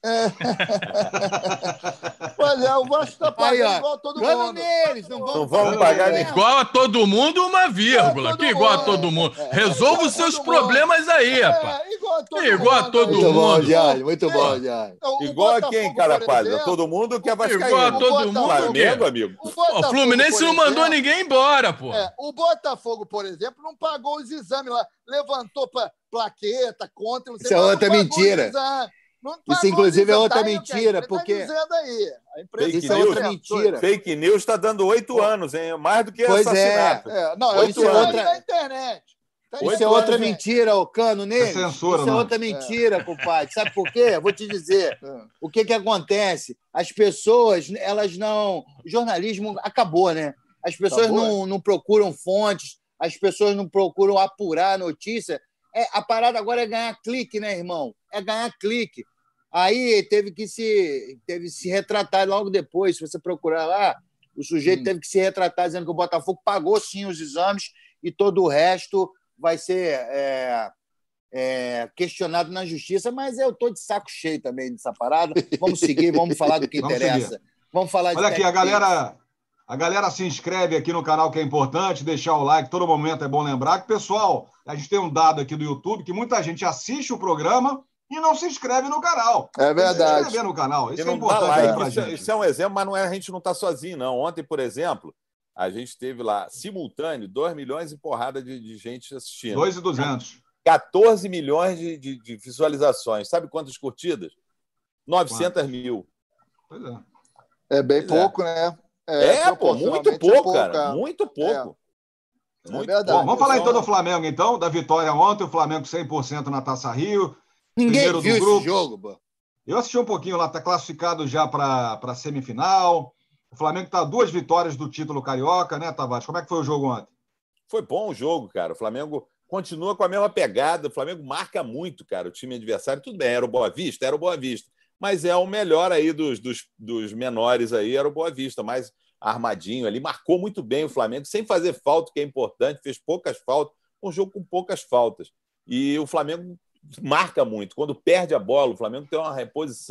Pois é, o Vasco está Aí, pagando ó, igual todo cano mundo. neles, não vamos, Não vamos pagar nem- Igual a todo mundo, uma vírgula. Igual a todo Que igual a mundo. todo mundo. É, Resolva igual os a seus todo problemas aí, rapaz. É, igual a todo Igual a mundo. todo Muito bom, mundo. Jorge, muito bom, É. Jorge. O Igual a Botafogo, quem, cara por pálida? exemplo, Todo mundo que é vascaíno. Igual a todo Botafogo, mundo. Flamengo, quê? amigo. O O Botafogo, Fluminense por não mandou exemplo, ninguém embora, pô. É, o Botafogo, por exemplo, não pagou os exames lá. Levantou pra plaqueta, contra... Não sei Isso é lá, não outra pagou mentira. os exames. Não Isso, pagou inclusive, os é exames. outra Tá aí o que a mentira, imprensa porque- Tá dizendo aí. A imprensa Fake Isso é news. outra mentira. Fake News está dando oito anos, hein? Mais do que Pois é. assassinato. É, não, Oito isso é anos. outra... na internet. Tá Isso Oito é outra anos, mentira, o Cano, neles. censura, Isso é não. outra mentira, compadre. Sabe por quê? Vou te dizer. É. O que, que acontece? As pessoas, elas não... O jornalismo acabou, né? As pessoas Acabou, não, não procuram fontes, as pessoas não procuram apurar a notícia. É, a parada agora é ganhar clique, né, irmão? É ganhar clique. Aí teve que se, teve que se retratar logo depois. Se você procurar lá, o sujeito Hum. teve que se retratar dizendo que o Botafogo pagou sim os exames e todo o resto vai ser é, é, questionado na justiça, mas eu estou de saco cheio também dessa parada. Vamos seguir, vamos falar do que Vamos interessa. seguir. Vamos falar de Olha aqui, a técnica. galera, a galera se inscreve aqui no canal, que é importante, deixar o like, todo momento é bom lembrar que, pessoal, a gente tem um dado aqui do YouTube que muita gente assiste o programa e não se inscreve no canal. É Tem que Se verdade. inscrever no canal, isso E é não dá importante like. pra Isso, gente. isso é um exemplo, mas não é, a gente não está sozinho, não. Ontem, por exemplo, a gente teve lá, simultâneo, dois milhões e porrada de, de gente assistindo. dois mil e duzentos. quatorze milhões de, de, de visualizações. Sabe quantas curtidas? novecentos mil. Pois é. É bem Pois é. pouco, né? É, pô, muito proporcionalmente pouco, é pouco, cara. é. Muito pouco. É Muito verdade. Bom, pouco. vamos falar então Então, do Flamengo, então, da vitória ontem, o Flamengo cem por cento na Taça Rio. Ninguém primeiro do viu esse grupo. jogo, pô. Eu assisti um pouquinho lá, está classificado já para a semifinal. O Flamengo está duas vitórias do título carioca, né, Tavares? Como é que foi o jogo ontem? Foi bom o jogo, cara. O Flamengo continua com a mesma pegada. O Flamengo marca muito, cara. O time adversário, tudo bem, era o Boa Vista, era o Boa Vista. Mas é o melhor aí dos, dos, dos menores aí, era o Boa Vista, mais armadinho ali. Marcou muito bem o Flamengo, sem fazer falta, que é importante, fez poucas faltas. Um jogo com poucas faltas. E o Flamengo marca muito. Quando perde a bola, o Flamengo tem uma reposição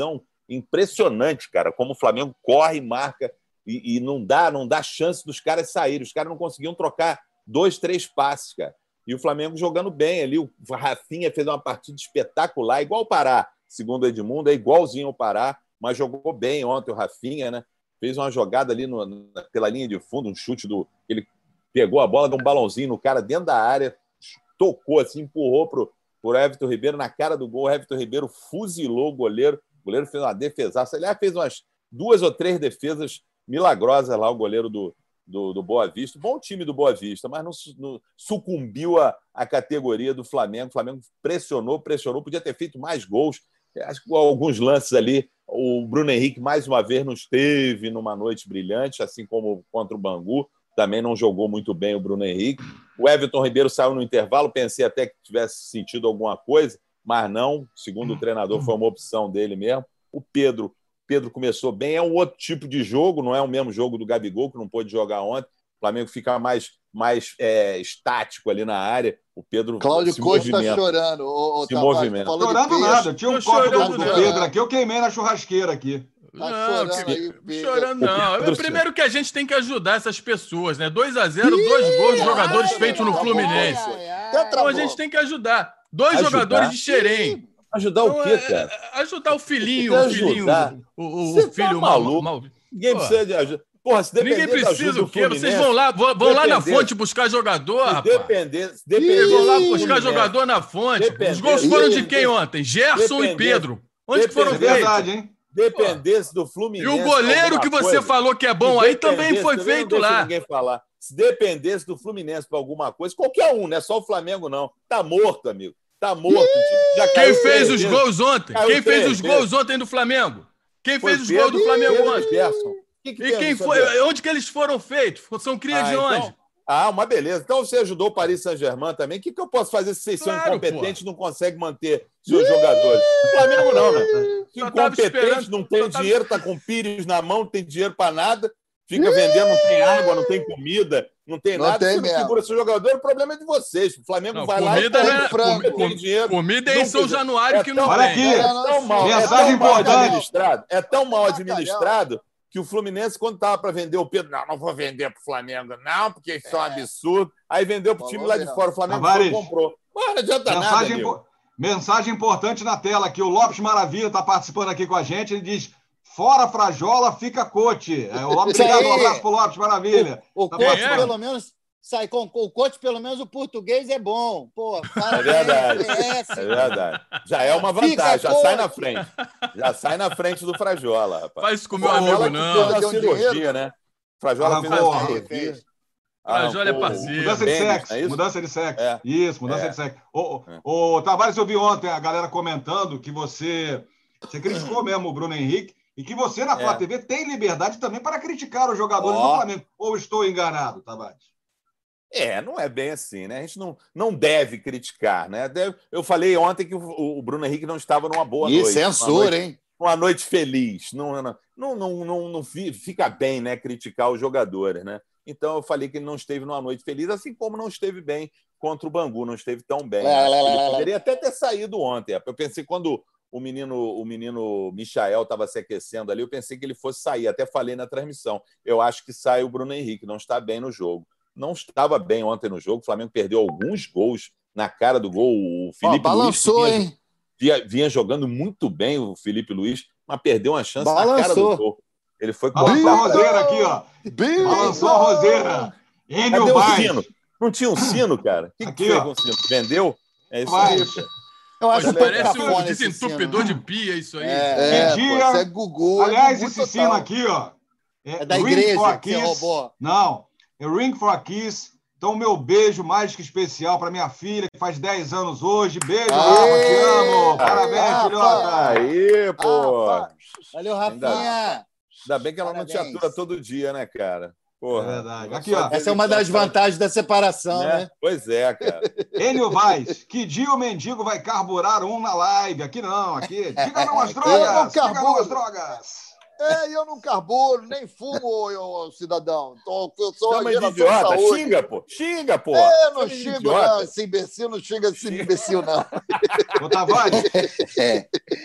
Impressionante, cara, como o Flamengo corre, marca e, e não dá, não dá chance dos caras saírem. Os caras não conseguiam trocar dois, três passes, cara. E o Flamengo jogando bem ali. O Rafinha fez uma partida espetacular, igual o Pará, segundo o Edmundo, é igualzinho ao Pará, mas jogou bem ontem o Rafinha, né? Fez uma jogada ali no, na, pela linha de fundo, um chute do... Ele pegou a bola, deu um balãozinho no cara dentro da área, tocou assim, empurrou pro, pro Everton Ribeiro na cara do gol. O Everton Ribeiro fuzilou o goleiro. O goleiro fez uma defesaça. Aliás, fez umas duas ou três defesas milagrosas lá, o goleiro do, do, do Boa Vista. Bom time do Boa Vista, mas não, não sucumbiu à, à categoria do Flamengo. O Flamengo pressionou, pressionou, podia ter feito mais gols. Acho que alguns lances ali, o Bruno Henrique, mais uma vez, não esteve numa noite brilhante, assim como contra o Bangu. Também não jogou muito bem o Bruno Henrique. O Everton Ribeiro saiu no intervalo, pensei até que tivesse sentido alguma coisa, mas não. Segundo o treinador, foi uma opção dele mesmo. O Pedro, Pedro começou bem. É um outro tipo de jogo, não é o mesmo jogo do Gabigol, que não pôde jogar ontem. O Flamengo fica mais, mais é, estático ali na área. O Pedro Cláudio se Costa movimenta. Tá chorando. Ô, ô, se Tavares, movimenta. falou de Chorando peixe. nada. Eu tinha um Tô copo do, chorando do nada. Pedro aqui, eu queimei na churrasqueira aqui. Tá Não, chorando que- aí, Pedro. Chorando não. Pedro, Primeiro que a gente tem que ajudar essas pessoas, né? dois a zero, dois gols de jogadores ai, feitos no ai, Fluminense. ai, ai. Então a gente tem que ajudar. Dois Ajudar? jogadores de Xerém. Ajudar o Então, quê, é- cara? é- ajudar o filhinho, Tem o que filhinho, ajudar. o, o- o Você tá filho mal, maluco? mal- Ninguém Pô, precisa de ajuda. Porra, se depender ninguém da ajuda precisa do o quê? Vocês Fluminense, vão lá, vão, vão lá na depender- fonte buscar jogador, se rapaz. depender, se Vocês depender vão lá do buscar Fluminense, jogador na fonte. Os Dependesse- gols foram de dependesse- quem ontem? Gerson e dependesse- Pedro. Onde que foram É dependesse- feitos? verdade, hein? dependesse do E Fluminense. o goleiro alguma que você coisa, falou que é bom se aí também dependesse, foi também feito não deixa lá. ninguém falar. Se dependesse do Fluminense para alguma coisa, qualquer um, não é só o Flamengo, não. Tá morto, amigo. Tá morto. O time já Quem caiu fez três os vezes. gols ontem? Caiu Quem fez três os vezes. gols ontem do Flamengo? Quem Foi fez os Pedro- gols do Flamengo Pedro ontem? e Gerson. Que que E tem quem isso a foi? ver? Onde que eles foram feitos? São cria Ah, de então- onde? Ah, uma beleza. Então você ajudou o Paris Saint-Germain também. O que, que eu posso fazer se vocês são Claro, incompetentes e não conseguem manter seus jogadores? O Flamengo não, né? Só tava Incompetente, esperando- não tem só tava- dinheiro, tá com o Pires na mão, não tem dinheiro para nada, fica vendendo, não tem água, não tem comida, não tem Não nada. tem Você não mesmo. segura seu jogador, o problema é de vocês. O Flamengo Não, vai lá e comida compra, não é- frango. não tem com- dinheiro. Comida é em Não São tem- Januário é que tão- não Olha tem. aqui. É tão mal, é Mensagem tão mal importante. administrado, é tão mal Bacalhau. administrado que o Fluminense, quando estava para vender o Pedro, não, não vou vender para o Flamengo, não, porque isso é um absurdo. Aí vendeu para o time Falou lá de mesmo. fora. O Flamengo Tavares. foi e comprou. Pô, não adianta nada, Mensagem, amigo. impo- mensagem importante na tela aqui. O Lopes Maravilha está participando aqui com a gente. Ele diz: fora Frajola, fica coach. É, o Lopes, Isso obrigado, um aí. abraço pro Lopes Maravilha. O Tá coach, participando. pelo menos, sai com o coach, pelo menos o português é bom. Pô, É verdade. parabéns, É verdade. Já é uma Fica vantagem, já coach. sai na frente. Já sai na frente do Frajola, rapaz. Faz isso com meu Frajola amigo, que não. fez uma Deu cirurgia, dinheiro. né? Frajola fez Arrancou, uma arrancou. cirurgia. Frajola é Arrancou parceiro. Mudança de pênis, sexo. não é isso? Mudança de sexo. É. Isso, mudança É. de sexo. Ô, ô, ô, Tavares, eu vi ontem a galera comentando que você, você criticou mesmo o Bruno Henrique e que você, na Flá É. T V, tem liberdade também para criticar os jogadores Ó. do Flamengo. Ou estou enganado, Tavares? É, não é bem assim, né? A gente não, não deve criticar, né? Deve- Eu falei ontem que o, o Bruno Henrique não estava numa boa E noite. numa censura, noite- hein? Uma noite feliz. Não, não, não, não, não, não fi- fica bem, né? Criticar os jogadores, né? Então eu falei que ele não esteve numa noite feliz, assim como não esteve bem contra o Bangu, não esteve tão bem. Lá, Acho lá, que lá, ele lá. poderia até ter saído ontem. Eu pensei quando o menino, o menino Michael estava se aquecendo ali, eu pensei que ele fosse sair. Até falei na transmissão. Eu acho que sai o Bruno Henrique, não está bem no jogo. Não estava bem ontem no jogo. O Flamengo perdeu alguns gols na cara do gol. O Ó, Felipe balançou, Luiz vinha, hein? vinha, vinha jogando muito bem o Felipe Luiz, mas perdeu uma chance na cara Balançou. do gol. Ele foi Balançou a cortar pra- roseira aqui, ó. Bem, Balançou a roseira. Enio Cadê o Baix. sino? Não tinha um sino, cara? O que, Aqui, que fez ó. com o sino? Vendeu? É isso Vai. aí. pô. Eu acho Pô, um pouco parece um cafona esse desentupidor sino. de pia, isso aí. É, É, Que pô, dia- isso é Gugu. Aliás, é Gugu esse total. sino aqui, ó. É da Ring igreja for a que você Kiss. roubou. Não, é Ring for a Kiss. Então, meu beijo mais que especial para minha filha, que faz dez anos hoje. Beijo, Aê! Rafa, te amo. Parabéns, Rafa! filhota. Aí, pô. Ah, Valeu, Ainda- Rafinha. Ainda bem que ela não te Parabéns. atura todo dia, né, cara? Porra. É verdade. Só Aqui, ó. de vez Essa é em uma quando das faz- vantagens da separação, né? né? Pois é, cara. Enio Vaz, que dia o mendigo vai carburar um na live? Aqui não, aqui. Diga não às Eu não drogas. Diga não carburo. às drogas. É, eu não carburo, nem fumo, eu, cidadão. Tô, eu sou Chama de geração idiota. saúde. Xinga, pô. Xinga, pô. É, não Chama de xingo, idiota. não. Esse imbecil não xinga esse imbecil, não. Ô, Tavares, É.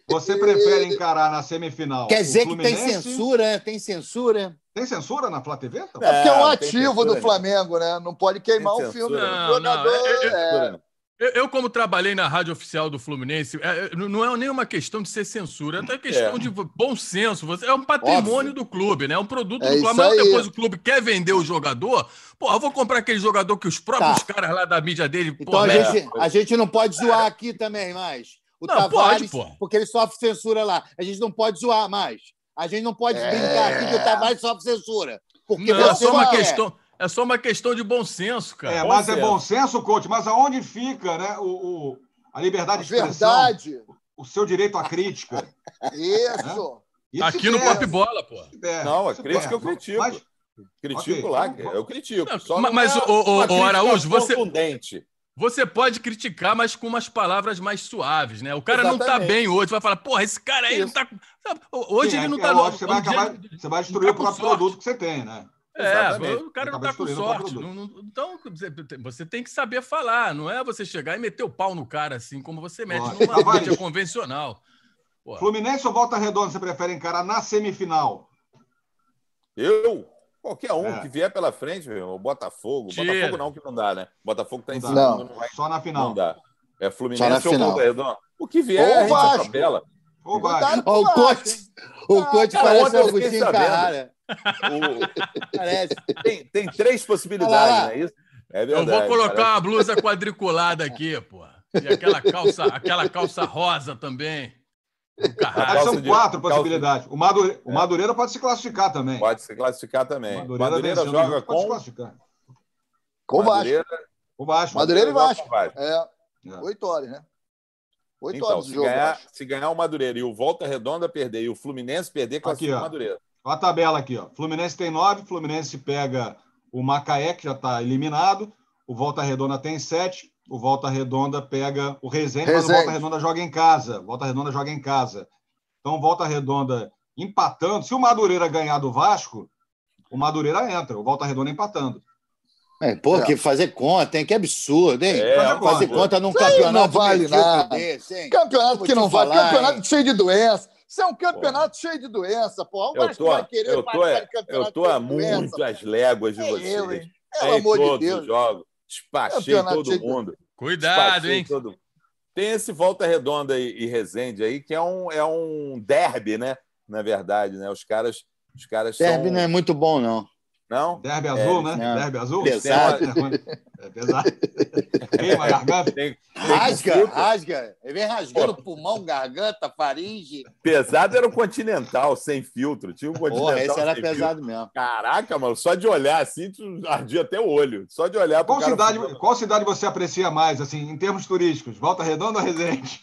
Você prefere encarar na semifinal? Quer dizer o que tem Fluminense? censura, né? Tem censura. Tem censura na Flá T V? Então? É porque é um Não, tem ativo censura, do né? Flamengo, né? Não pode queimar Tem o filme do censura. Não, jogador. não, é- é- é. Eu, eu, como trabalhei na rádio oficial do Fluminense, é, é, não é nenhuma questão de ser censura, é até questão É. de bom senso. Você, é um patrimônio Óbvio. do clube, né? É um produto É do clube. isso Mas aí. depois o clube quer vender o jogador. Pô, eu vou comprar aquele jogador que os próprios Tá. caras lá da mídia dele. Então pô, a, né? gente, a gente não pode zoar aqui também mais. O Não, Tavares, pode, pô. porque ele sofre censura lá. A gente não pode zoar mais. A gente não pode É. brincar aqui que o Tavares sofre censura. Porque Não, é você só uma não quer. questão. É só uma questão de bom senso, cara. É, Bom mas é senso. bom senso, coach. Mas aonde fica, né, o, o- a liberdade de expressão, Verdade. o seu direito à crítica? Isso. Isso Aqui se no perde, Pop Bola, pô. se perde, Não, a se crítica eu perde. critico. Mas, Critico Ok, lá, então- eu critico. Não, Só mas- não é mas, ô, ô, uma ô, crítica Araújo, você- contundente. Você pode criticar, mas com umas palavras mais suaves, né? O cara não tá Exatamente. bem hoje, vai falar, porra, esse cara aí não Isso. tá. Sabe, hoje sim, ele é- não é tá. lógico, você vai, no dia acabar, de- você vai não destruir tá o com próprio sorte. produto que você tem, né? É, Exatamente. o cara não Acaba tá com destruindo o próprio sorte. produto. Não- não- então, você tem que saber falar, não é você chegar e meter o pau no cara assim como você mete Lógico. numa Tavares. mídia convencional. Pô, Fluminense ou Volta Redonda você prefere encarar na semifinal? Eu? Qualquer um É. que vier pela frente, meu, o Botafogo. Tira. Botafogo não, que não dá, né? Botafogo tá em Não segundo, dá. não, vai, Só na não final. dá. É Só na Fluminense ou final. Volta Redonda. O que vier, Ou a gente Vasco. atropela. Ou vai. Cuidado com Ó, o Vasco, coach, hein? o coach cara, parece ontem o eu fiquei Agostinho sabendo. Carrara. O- Parece. Tem, tem três Olha possibilidades, lá. não é isso? É eu verdade. vou colocar parece- uma blusa quadriculada aqui, pô. E aquela calça, aquela calça rosa também. Do Acho que Carrasco. são calça de- quatro calça- possibilidades. O, Madure... o Madureira pode se classificar também. Pode se classificar O também. Madureira, Madureira vencendo o joga jogo, pode se com... classificar. Com o Vasco. Madureira, O Vasco. Madureira e joga Vasco. com o Vasco. É, É. oito horas, né? Oito Então, horas de se jogo. ganhar, Vasco. se ganhar o Madureira e o Volta Redonda perder e o Fluminense perder, classifica ó. o Madureira. Olha a tabela aqui, ó. Fluminense tem nove, Fluminense pega o Macaé, que já está eliminado. O Volta Redonda tem sete. O Volta Redonda pega o Resende, mas o Resende. Volta Redonda joga em casa. Volta Redonda joga em casa. Então, Volta Redonda empatando. Se o Madureira ganhar do Vasco, o Madureira entra. O Volta Redonda empatando. É, pô, É. que fazer conta, hein? Que absurdo, hein? É, Fazer fazer conta. conta num Isso aí campeonato não vale medíocre nada. desse, hein? Campeonato Vou que te não vale. falar, Campeonato hein? cheio de doença. Isso é um campeonato cheio de doença, pô. O Eu Vasco tô, vai querer eu tô, participar de campeonato eu tô a cheio de doença. muitas léguas de É vocês. eu, hein? É Pelo em amor de todos Deus. os jogos. Despachei Campeonato todo cheio de- mundo. Cuidado, Despachei hein? todo- Tem esse Volta Redonda e, e Resende aí, que é um, é um derby, né? Na verdade, né? Os caras, os caras Derby são... não é muito bom, não. Não? Derby azul, É, né? não. Derby azul. Pesado. É ruim. É pesado. Queima a garganta. Tem, tem Rasga, disputa. rasga. Ele vem rasgando pulmão, garganta, faringe. Pesado era o Continental, sem filtro. Tinha um Continental Porra, esse era sem pesado mesmo. filtro. Caraca, mano, só de olhar assim, tu ardia até o olho. Só de olhar pro Qual cara cidade, fumando. qual cidade você aprecia mais, assim, em termos turísticos? Volta Redonda ou Resende?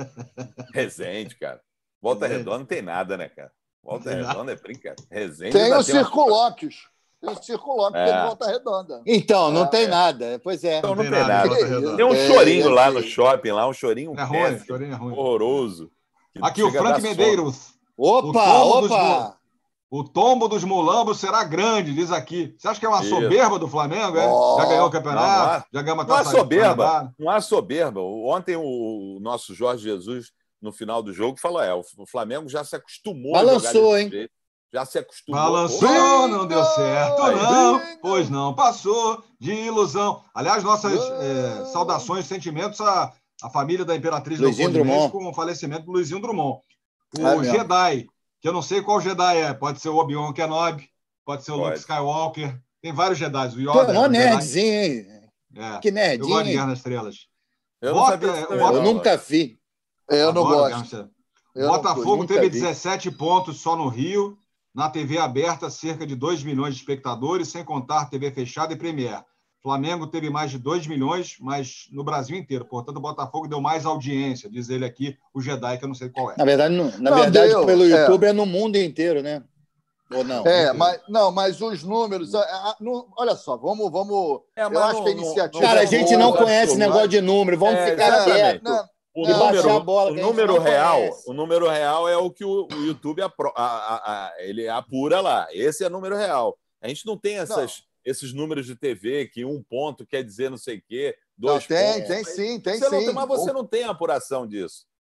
Resende, cara. Volta Resende. Redonda não tem nada, né, cara? Volta Não tem nada. Redonda é brincadeira. Resende Tem ainda o uma- Circulóquios. Tem o Circulóquios, É. que é de Volta Redonda. Então, não É. tem nada. Pois é. Então não tem nada, nada. Volta Redonda. Tem um É, chorinho é, lá é. no shopping, lá, um chorinho É ruim, péssimo, chorinho é ruim. horroroso. que Aqui o chega a Frank dar sono. Medeiros. Opa, O tombo dos opa! O tombo dos mulambos será grande, diz aqui. Você acha que é uma Isso. soberba do Flamengo? É? Oh, já ganhou o não, campeonato? não há- já ganhou uma Não há taça soberba, Guanabara? não há soberba. Ontem o nosso Jorge Jesus, no final do jogo, falou: é, o Flamengo já se acostumou Balançou, a jogar desse hein? jeito. Já se acostumou. Balançou, Pô, não deu certo, Bingo! não. Bingo! Pois não, passou de ilusão. Aliás, nossas eh, saudações e sentimentos à, à família da Imperatriz Luizinho Leopoldinense Drummond. com o falecimento do Luizinho Drummond. O É mesmo. Jedi, que eu não sei qual Jedi é. Pode ser o Obi-Wan Kenobi, pode ser o Pode. Luke Skywalker. Tem vários Jedi. O Pô, Yoda. mó é um Jedi. nerdzinho, hein? É. Que Eu gosto de nerdinho. Guerra nas Estrelas. Eu não Bota- sabia disso também, bota- Eu não. nunca vi. Eu não Adoro Guerra nas gosto. Estrelas. Eu não Botafogo nunca teve vi. dezessete pontos só no Rio. Na T V aberta, cerca de dois milhões de espectadores, sem contar T V fechada e Premier. Flamengo teve mais de dois milhões, mas no Brasil inteiro. Portanto, o Botafogo deu mais audiência, diz ele aqui, o Jedi, que eu não sei qual é. Na verdade, no- na Não, verdade deu, pelo é. YouTube é. no mundo inteiro, né? Ou não? É, mas, não, mas os números. a- a- não- olha só, vamos. vamos É, eu mas acho não- que a não- iniciativa. Cara, a é gente boa. não Boa, conhece boa. negócio de número. Vamos É, ficar exatamente. quietos. Não, O Não, número, baixar a bola, o que a gente número não real, conhece. o número real é o que o, o YouTube apro- a- a- a- ele apura lá. Esse é o número real. A gente não tem essas, esses números de T V que um ponto quer dizer não sei o quê, Não, dois tem, pontos. tem sim, tem Você não sim. tem- mas você não tem apuração disso.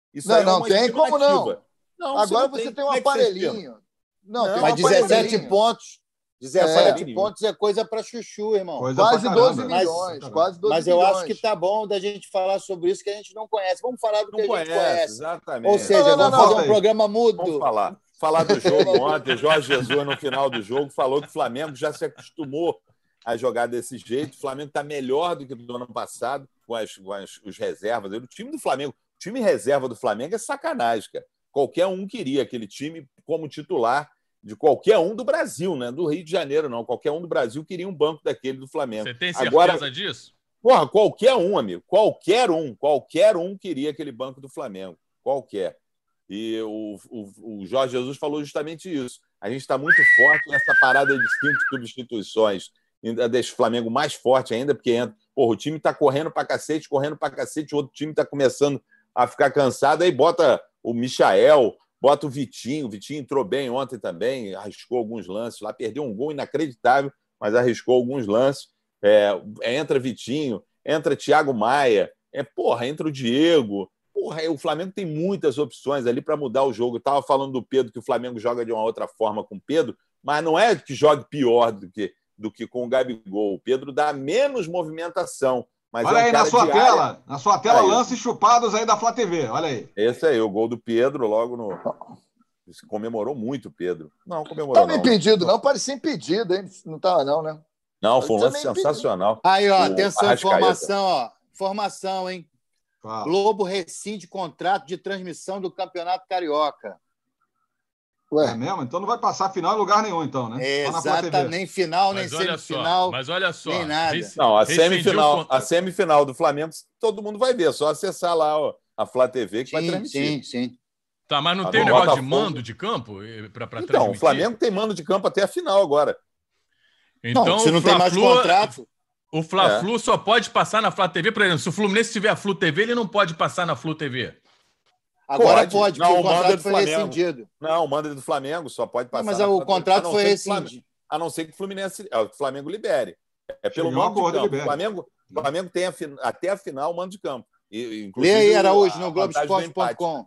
Isso Não, aí é não uma tem como não. estimativa. Não, Agora não você tem, tem. um Como é que você estima? aparelhinho. Não, Não, tem um Mas dezessete aparelhinho. pontos. dezessete É. pontos é coisa para chuchu, irmão. Coisa Quase pra doze caramba. milhões. Mas- Quase doze Mas eu milhões. acho que tá bom da gente falar sobre isso que a gente não conhece. Vamos falar do que Não a gente conhece, conhece. exatamente. Ou seja, Não, não, vamos não, fazer não. um programa mudo. Vamos falar. Falar do jogo ontem, o Jorge Jesus, no final do jogo, falou que o Flamengo já se acostumou a jogar desse jeito. O Flamengo está melhor do que do ano passado, com as, com as os reservas. O time do Flamengo, o time reserva do Flamengo é sacanagem, cara. Qualquer um queria aquele time como titular de qualquer um do Brasil, né? Do Rio de Janeiro, não. Qualquer um do Brasil queria um banco daquele do Flamengo. Você tem certeza Agora, disso? porra, qualquer um, amigo. Qualquer um. Qualquer um queria aquele banco do Flamengo. Qualquer. E o, o, o Jorge Jesus falou justamente isso. A gente está muito forte nessa parada de cinco substituições. Ainda deixa o Flamengo mais forte ainda, porque entra, porra, o time está correndo para cacete, correndo para cacete, o outro time está começando a ficar cansado, aí bota o Michael, bota o Vitinho. O Vitinho entrou bem ontem também, arriscou alguns lances lá, perdeu um gol inacreditável, mas arriscou alguns lances. É, entra Vitinho, entra Thiago Maia, é, porra, entra o Diego. Porra, o Flamengo tem muitas opções ali para mudar o jogo. Eu estava falando do Pedro, que o Flamengo joga de uma outra forma com o Pedro, mas não é que jogue pior do que, do que com o Gabigol. O Pedro dá menos movimentação. Mas Olha é um aí na cara sua de tela, área. na sua tela, Aí. lances chupados aí da Flá T V. Olha aí. Esse aí, o gol do Pedro, logo no. Comemorou muito o Pedro. Não, comemorou Estava não. impedido, não. Parecia impedido, hein? Não estava, não, né? Não, foi um lance Também sensacional. Aí, ó, O atenção, Arrascaeta. informação, ó. Informação, hein? Fala. Globo rescinde contrato de transmissão do Campeonato Carioca. É Ué, mesmo? Então não vai passar a final em lugar nenhum, então, né? Só na Flá T V. Exatamente, nem final, nem Mas olha semifinal. só, mas olha só. nem nada. rec- Não, a rescindiu semifinal, con- a semifinal do Flamengo, todo mundo vai ver. É só acessar lá ó, a Flá T V que vai Sim, transmitir. sim, sim. Tá, mas não Tá tem um bom. negócio de Botafogo. mando de campo para Então, transmitir? o Flamengo tem mando de campo até a final agora. Então, não, se o não tem mais Fla-Flu- contrato, O Fla-Flu só pode passar na Flá T V, por exemplo, se o Fluminense tiver a Flu T V, ele não pode passar na Flu T V. agora Pode. pode, Não, porque o o mando é contrato do foi Flamengo. rescindido. Não, o mando do Flamengo só pode Não, passar. mas na o Flá T V, a contrato não foi ser que o Flamengo- rescindido. A não ser que o Fluminense, ah, o Flamengo libere. É pelo Chegou um mando de acordo, campo. O libere. Flamengo, o Flamengo tem a fin- até a final o mando de campo. E, Lê inclusive, aí, Araújo, a no vantagem do Globoesporte ponto empate. com.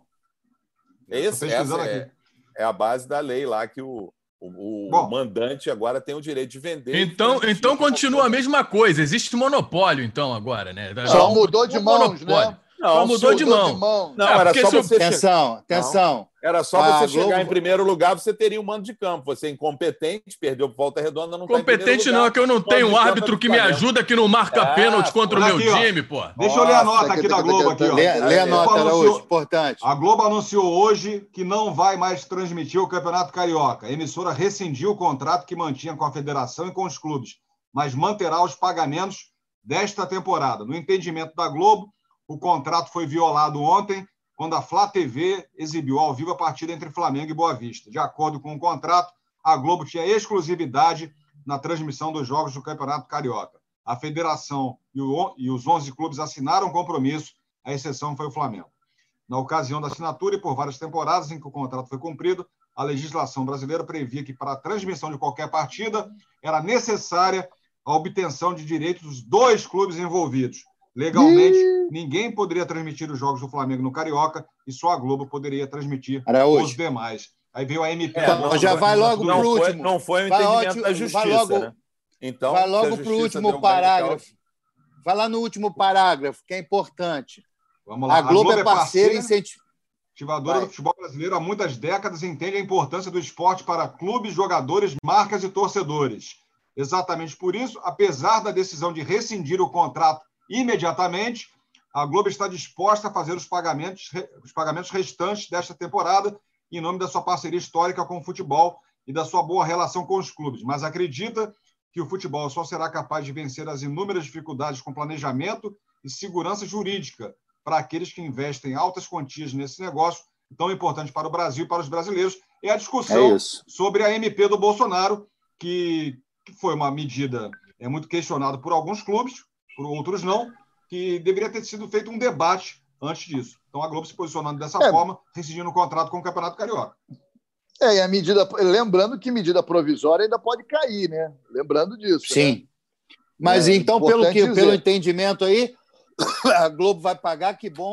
Esse, Tô pesquisando essa é, aqui. é a base da lei lá que o, o, o Bom. mandante agora tem o direito de vender. e Então, transmitir então de qualquer continua a mesma coisa. Existe monopólio, então, agora, né? Só Um- mudou de um mãos, monopólio. né? Não, Só mudou de Mudou mão. de mão. Não, É, era porque só se o- você che- Atenção, atenção. Era só A você Globo- chegar em primeiro lugar, você teria um mando de campo. Você é incompetente, perdeu por volta redonda, não tá em Competente primeiro não, lugar, é que eu não mando tenho de um campo é árbitro do que me Flamengo. ajuda, que não marca Ah, pênalti contra o olha meu aqui, ó. time, pô. Deixa eu ler a Nossa, nota aqui da Globo aqui, ó. Lê, lê a Aí, nota, Globo Araújo, anunciou- importante. A Globo anunciou hoje que não vai mais transmitir o Campeonato Carioca. A emissora rescindiu o contrato que mantinha com a federação e com os clubes, mas manterá os pagamentos desta temporada. No entendimento da Globo, o contrato foi violado ontem, quando a Flá T V exibiu ao vivo a partida entre Flamengo e Boa Vista. De acordo com o contrato, a Globo tinha exclusividade na transmissão dos jogos do Campeonato Carioca. A federação e, o, e os onze clubes assinaram um compromisso, a exceção foi o Flamengo. Na ocasião da assinatura e por várias temporadas em que o contrato foi cumprido, a legislação brasileira previa que para a transmissão de qualquer partida era necessária a obtenção de direitos dos dois clubes envolvidos. Legalmente, ninguém poderia transmitir os jogos do Flamengo no Carioca e só a Globo poderia transmitir Araújo. os demais. Aí veio a M P. É, agora, não, já vai logo tudo Não pro isso. foi, último. não foi o Vai entendimento ótimo, da vai justiça, logo- né? Então, Vai se a logo justiça para o último deu um ganho de parágrafo. Vai lá no último parágrafo, que é importante. Vamos lá. A Globo é parceira e incentiva. Incentivadora Vai. do futebol brasileiro há muitas décadas, entende a importância do esporte para clubes, jogadores, marcas e torcedores. Exatamente por isso, apesar da decisão de rescindir o contrato imediatamente, a Globo está disposta a fazer os pagamentos, os pagamentos restantes desta temporada em nome da sua parceria histórica com o futebol e da sua boa relação com os clubes, mas acredita que o futebol só será capaz de vencer as inúmeras dificuldades com planejamento e segurança jurídica para aqueles que investem altas quantias nesse negócio tão importante para o Brasil e para os brasileiros. É a discussão É isso. sobre a M P do Bolsonaro, que, que foi uma medida é muito questionada por alguns clubes, por outros não, que deveria ter sido feito um debate antes disso. Então a Globo se posicionando dessa É. forma, rescindindo o contrato com o Campeonato Carioca. É, e a medida. Lembrando que medida provisória ainda pode cair, né? Lembrando disso. Né? Sim. Mas É então, pelo, importante que, dizer. pelo entendimento aí, a Globo vai pagar, que bom.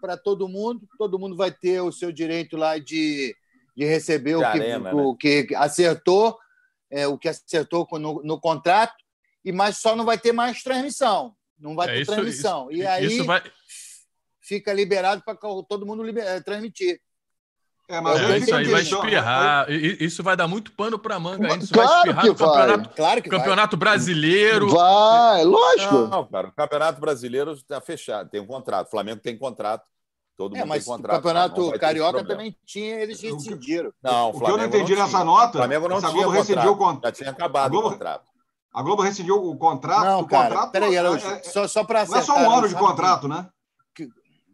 para todo mundo, todo mundo vai ter o seu direito lá de, de receber De o, que, arena, o né? que acertou, é, o que acertou no, no contrato, e mas só não vai ter mais transmissão. Não vai É, ter isso, transmissão. isso, e aí isso vai... fica liberado para todo mundo liber, transmitir. É, mas É, aí isso fica a aí vai questão. espirrar. I- Isso vai dar muito pano para manga ainda. Isso Claro vai espirrar que no vai. campeonato, Claro que campeonato brasileiro. Vai, lógico. Não, cara, o Campeonato Brasileiro está fechado, tem um contrato. O Flamengo tem contrato, todo É, mundo mas tem o contrato. Campeonato não vai ter esse Carioca problema. também tinha, eles O que- rescindiram. Não, o O que eu Flamengo não entendi não nessa tinha. nota, O Flamengo não essa tinha Globo rescindiu o contrato. con- Já tinha A acabado Globo- o contrato. A Globo rescindiu o contrato. Não, o cara, contrato peraí, Araújo, é- é- só, só para não é acertar. só um ano Araújo, de contrato, rapidinho. né? Que-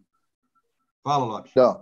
Fala, Lopes. Não.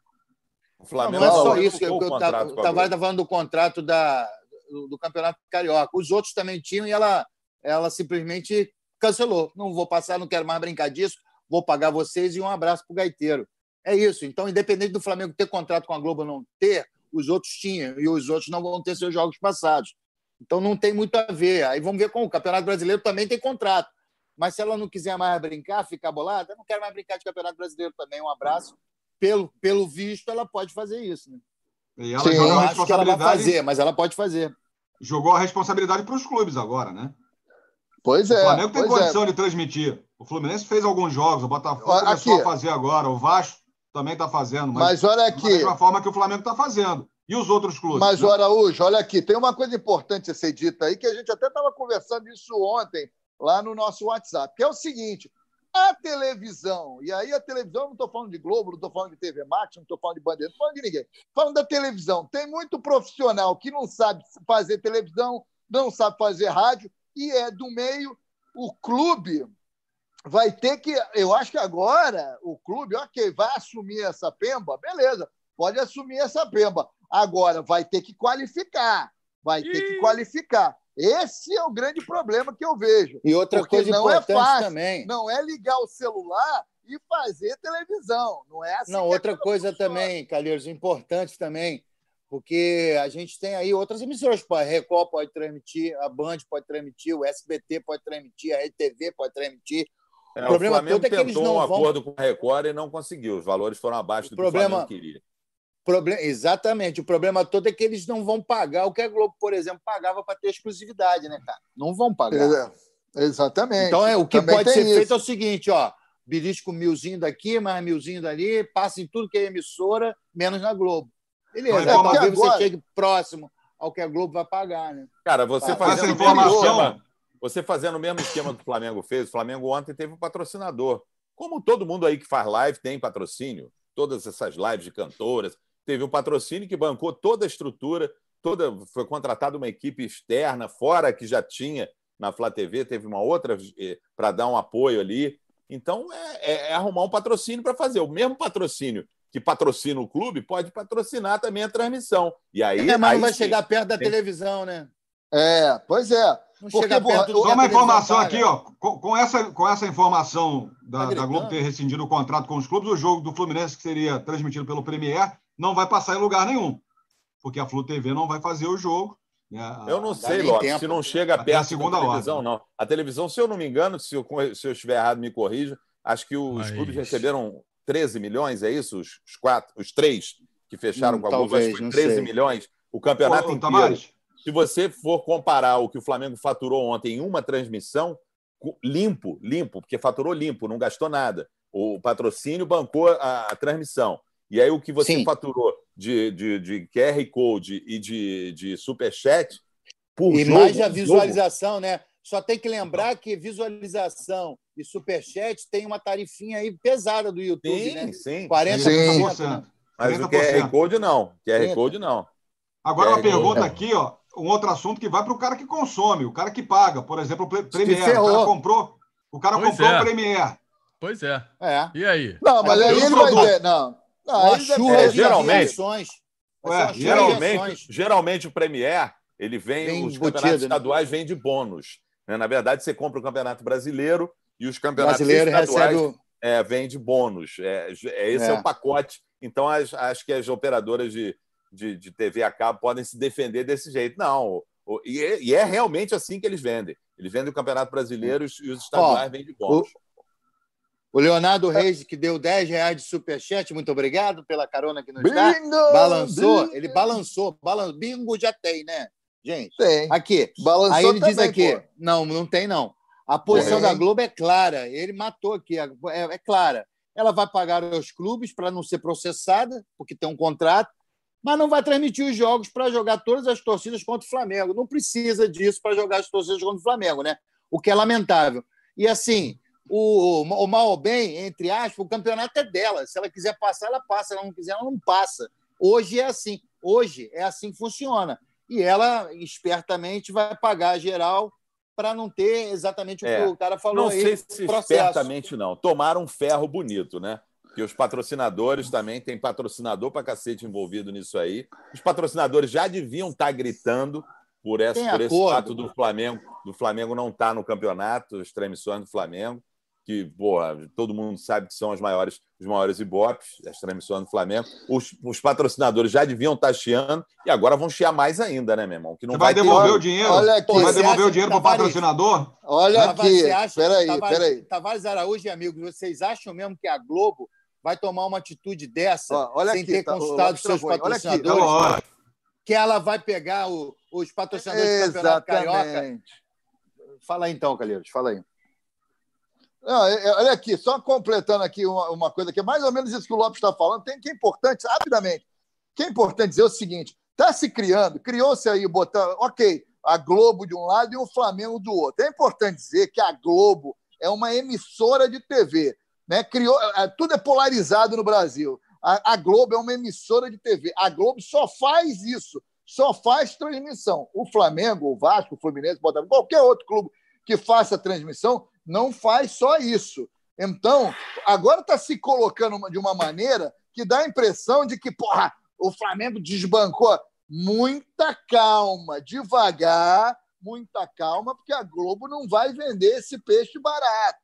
O Não, Flamengo não é só Fala. isso. que renovou eu- o eu- contrato O com a Tavares Globo. está falando do contrato da, do, do Campeonato Carioca. Os outros também tinham e ela, ela simplesmente cancelou. Não vou passar, não quero mais brincar disso, vou pagar vocês e um abraço para o Gaiteiro. É isso. Então, independente do Flamengo ter contrato com a Globo ou não ter, os outros tinham e os outros não vão ter seus jogos passados. Então, não tem muito a ver. Aí vamos ver com o Campeonato Brasileiro também tem contrato. Mas se ela não quiser mais brincar, ficar bolada, eu não quero mais brincar de Campeonato Brasileiro também. Um abraço. Pelo, pelo visto, ela pode fazer isso. Né? E ela Sim. jogou Eu a acho que ela vai responsabilidade, fazer, mas ela pode fazer. jogou a responsabilidade para os clubes agora, né? Pois O é. Flamengo tem pois condição é. de transmitir. O Fluminense fez alguns jogos, o Botafogo Ó, começou aqui. a fazer agora, o Vasco também está fazendo, mas, Mas olha da aqui. mesma forma que o Flamengo está fazendo. E os outros clubes? Mas, né? o Araújo, olha aqui, tem uma coisa importante a ser dita aí, que a gente até estava conversando isso ontem, lá no nosso WhatsApp, que é o seguinte: a televisão, e aí a televisão, não estou falando de Globo, não estou falando de T V Max, não estou falando de Bandeira, não estou falando de ninguém. Falando da televisão, tem muito profissional que não sabe fazer televisão, não sabe fazer rádio, e é do meio, o clube vai ter que, eu acho que agora o clube, ok, vai assumir essa pemba, beleza, pode assumir essa pemba. Agora vai ter que qualificar, vai ter que qualificar. Esse é o grande problema que eu vejo. E outra Porque coisa não é importante fácil, também. não é ligar o celular e fazer televisão. Não é assim. Não, que outra a coisa funciona. também, Calheiros, importante também, porque a gente tem aí outras emissoras. A Record pode transmitir, a Band pode transmitir, o S B T pode transmitir, a Rede T V pode transmitir. É, O problema o Flamengo todo é que eles tentou não um vão- acordo com a Record e não conseguiu. Os valores foram abaixo do O problema- que o Flamengo queria. Proble- Exatamente. O problema todo é que eles não vão pagar o que a Globo, por exemplo, pagava para ter exclusividade, né, cara? Não vão pagar. É, exatamente. Então, é, o que Também pode tem ser isso. feito é o seguinte, ó, belisco milzinho daqui, mais milzinho dali, passa em tudo que é emissora, menos na Globo. Beleza, Mas aí como talvez agora- você chegue próximo ao que a Globo vai pagar, né? Cara, você Ah, fazendo essa o mesmo informação- esquema, você fazendo o mesmo esquema que o Flamengo fez, o Flamengo ontem teve um patrocinador. Como todo mundo aí que faz live tem patrocínio, todas essas lives de cantoras, teve um patrocínio que bancou toda a estrutura, toda, foi contratada uma equipe externa, fora que já tinha na Flá T V, teve uma outra eh, para dar um apoio ali. Então, é, é- é arrumar um patrocínio para fazer. O mesmo patrocínio que patrocina o clube pode patrocinar também a transmissão. E aí, É, mas aí não vai sim. chegar perto da Tem- televisão, né? É, pois é. Não Porque, chega porra, perto do só que Só a uma televisão informação paga. aqui, ó. Com, com essa, com essa informação da, Tá da Globo gritando? ter rescindido o contrato com os clubes, o jogo do Fluminense, que seria transmitido pelo Premier, não vai passar em lugar nenhum. Porque a Flu T V não vai fazer o jogo. né? Eu não dá sei, nem Lopes, tempo. se não chega Até a perto segunda da televisão, ordem. não. A televisão, se eu não me engano, se eu, se eu estiver errado, me corrija, acho que os Mas- clubes receberam treze milhões, é isso? Os, os quatro, os três que fecharam Hum, com a Globo, talvez, acho que foi não treze sei. milhões. O Ô, campeonato ô, inteiro. Tavares, Se você for comparar o que o Flamengo faturou ontem em uma transmissão, co- limpo, limpo, porque faturou limpo, não gastou nada. O patrocínio bancou a, a transmissão. E aí o que você Sim. faturou de, de, de Q R Code e de, de Superchat, por E jogo, mais a jogo, visualização, né? Só tem que lembrar que visualização e superchat tem uma tarifinha aí pesada do YouTube, Sim, né? sim. quarenta Sim. por cento. Né? Mas o Q quarenta por R cento. Code não. Q R trinta. Code não. Agora uma Q R Code. pergunta aqui, ó. Um outro assunto que vai para o cara que consome, o cara que paga. Por exemplo, o Pre- Premier. O ferrou. cara comprou, o cara Pois comprou é. o Premier. Pois é. É. E aí? Não, mas Aí aí eu ele sou vai do- ter. Não. Não, Uma aí ele churra deve- É, de geralmente- ações. Ué, Vai ser uma churra de Geralmente, ações. geralmente o Premier, ele vem, Vem os embutido, campeonatos né? estaduais vêm de bônus. né? Na verdade, você compra o Campeonato Brasileiro e os campeonatos Brasileiro estaduais recebe o... é, vêm de bônus. É, é, esse é. É. o pacote. Então, as, acho que as operadoras de, de, de T V a cabo podem se defender desse jeito. Não, o- o- e, é, e é realmente assim que eles vendem. Eles vendem o Campeonato Brasileiro e os, e os estaduais vêm de bônus. O Leonardo Reis, que deu dez reais de superchat, muito obrigado pela carona que nos dá. Bingo! Balançou, Bingo! ele balançou. Balan... Bingo já tem, né, gente? Tem. Aqui. Balançou Aí ele diz também, aqui, pô. não, não tem não. A posição Tem. da Globo é clara, ele matou aqui, é, é clara. Ela vai pagar aos clubes para não ser processada, porque tem um contrato, mas não vai transmitir os jogos para jogar todas as torcidas contra o Flamengo. Não precisa disso para jogar as torcidas contra o Flamengo, né? O que é lamentável. E assim, o, o mal ou bem, entre aspas, o campeonato é dela. Se ela quiser passar, ela passa. Se ela não quiser, ela não passa. Hoje é assim. Hoje é assim que funciona. E ela, espertamente, vai pagar geral para não ter exatamente o que É, o cara falou não aí. sei se processo. espertamente não. Tomaram um ferro bonito, né? Porque os patrocinadores também, tem patrocinador para cacete envolvido nisso aí. Os patrocinadores já deviam estar gritando por, essa, Tem por esse acordo. fato do Flamengo, do Flamengo não estar no campeonato, as transmissões do Flamengo, que, porra, todo mundo sabe que são as maiores, os maiores ibopes, as transmissões do Flamengo. Os, os patrocinadores já deviam estar chiando e agora vão chiar mais ainda, né, meu irmão? Que não Você vai, vai devolver ter... o dinheiro? Olha aqui. Você vai Você devolver acha o dinheiro que para o Tavares- patrocinador? Olha Tavares, aqui. você acha- Peraí, Tavares, peraí. Tavares Araújo e amigos, vocês acham mesmo que a Globo vai tomar uma atitude dessa Ó, olha sem aqui, ter tá, o consultado Lopes seus travou aí. Olha aqui, É patrocinadores? lógico. Que ela vai pegar o- os patrocinadores do Campeonato Carioca? Exatamente. Fala aí então, Calheiros, fala aí. Não, é- é- olha aqui, só completando aqui uma, uma coisa que é mais ou menos isso que o Lopes está falando, tem que é importante, rapidamente, que é importante dizer o seguinte, está se criando, criou-se aí, botando, ok, a Globo de um lado e o Flamengo do outro. É importante dizer que a Globo é uma emissora de T V, né? Criou, é, tudo é polarizado no Brasil. A, a Globo é uma emissora de T V. A Globo só faz isso, só faz transmissão. O Flamengo, o Vasco, o Fluminense, o Botafogo, qualquer outro clube que faça transmissão, não faz só isso. Então, agora está se colocando uma- de uma maneira que dá a impressão de que, porra, o Flamengo desbancou. Muita calma, devagar, muita calma, porque a Globo não vai vender esse peixe barato.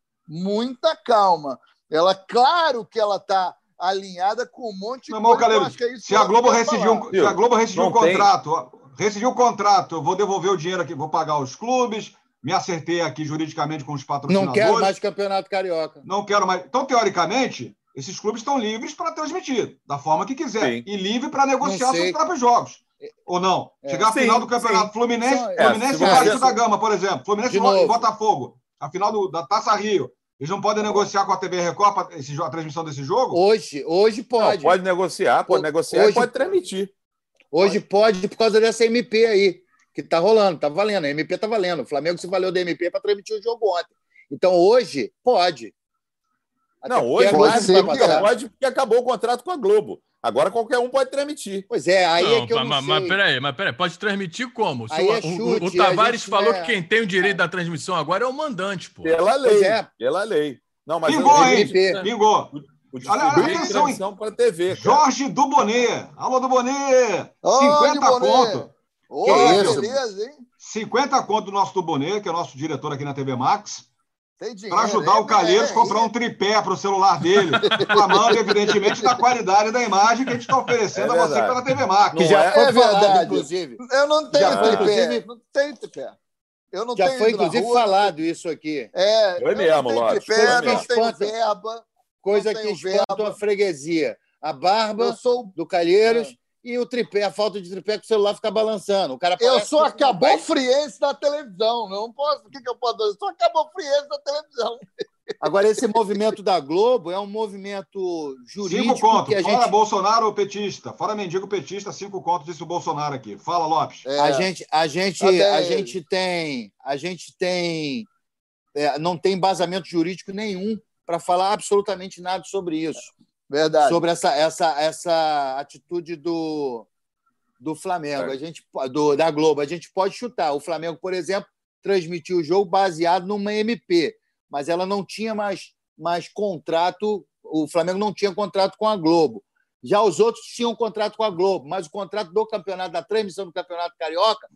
Muita calma. Ela, claro que ela está alinhada com um monte de Meu irmão, coisa, Calheiro, eu acho que é isso se que a eu Globo queria rescindiu, falar. um- se a Globo rescindiu Não o contrato, ó, rescindiu o contrato, eu vou devolver o dinheiro aqui, vou pagar os clubes, me acertei aqui juridicamente com os Não patrocinadores. quero mais Campeonato Carioca. Não quero mais. Então, teoricamente, esses clubes estão livres para transmitir, da forma que quiser. Sim. E livre para negociar Não sei. seus próprios jogos. Ou não? É. Chegar à Sim, final do Campeonato sim. Fluminense, Só- é, Fluminense se e você- Vasco da Gama, por exemplo. Fluminense De e novo. Botafogo. A final do- da Taça Rio. Eles não podem negociar com a T V Record pra esse, jo- a transmissão desse jogo? Hoje, hoje Não, pode. pode negociar, pode Ho- negociar hoje- e pode transmitir. Hoje pode por causa dessa M P aí, que tá rolando, tá valendo. A M P tá valendo. O Flamengo se valeu da M P para transmitir o jogo ontem. Então, hoje, pode. Até Não, porque hoje a pode Globo ser vai que passar. é. pode porque acabou o contrato com a Globo. Agora qualquer um pode transmitir. Pois é, aí Não, é que eu não mas, sei. mas peraí, mas peraí, pode transmitir como? Se Aí o, é o- chute, o, o Tavares a gente, falou né? que quem tem o direito da transmissão agora é o mandante, pô. Pela lei. Pois é. Pela lei. Não, mas Pingou, eu- hein? M P. Pingou. o Olha, distribuir atenção, transmissão para T V. cara. Jorge Dubonnet. Alô, Dubonnet. Ô, cinquenta Dubonnet. conto. Ô, Que isso? beleza, hein? cinquenta conto do nosso Dubonnet, que é o nosso diretor aqui na T V Max, Tem dinheiro. para ajudar hein? o Calheiros a É, comprar um tripé para o celular dele, reclamando, evidentemente, da qualidade da imagem que a gente está oferecendo É a você verdade. pela T V Max. Que já Não é? foi É falado, verdade. inclusive. Eu não tenho Já foi, tripé. inclusive- Não tenho tripé. Eu não Já tenho foi, ido na inclusive, rua. falado isso aqui. É, Foi eu mesmo, não tenho Lopes, tripé, foi não mesmo. tenho Espanta. verba. Coisa Não que tenho espanta verba. a freguesia. A barba Eu sou, do Calheiros e o tripé, a falta de tripé que o celular fica balançando. O cara eu parece sou que- acabou-friense da televisão. Não posso. O que, que eu posso fazer? Eu sou acabou-friense da televisão. Agora, esse movimento da Globo é um movimento jurídico Cinco conto. que a Fora gente, Bolsonaro ou petista. Fora mendigo petista, cinco conto, disse o Bolsonaro aqui. Fala, Lopes. É, a gente, a gente, Até a ele. gente tem, a gente tem, é, não tem embasamento jurídico nenhum para falar absolutamente nada sobre isso, verdade. sobre essa, essa, essa atitude do, do Flamengo, É. a gente, do, da Globo. A gente pode chutar. O Flamengo, por exemplo, transmitiu o jogo baseado numa M P, mas ela não tinha mais, mais contrato, o Flamengo não tinha contrato com a Globo. Já os outros tinham contrato com a Globo, mas o contrato do campeonato, da transmissão do Campeonato Carioca,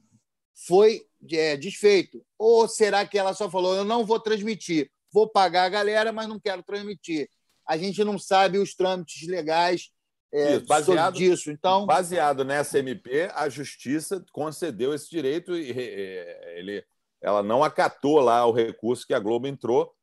foi é, desfeito. Ou será que ela só falou, eu não vou transmitir, vou pagar a galera, mas não quero transmitir? A gente não sabe os trâmites legais é, Isso, baseado- sobre disso. Então, Baseado nessa M P, a Justiça concedeu esse direito e eh, ele, ela não acatou lá o recurso que a Globo entrou,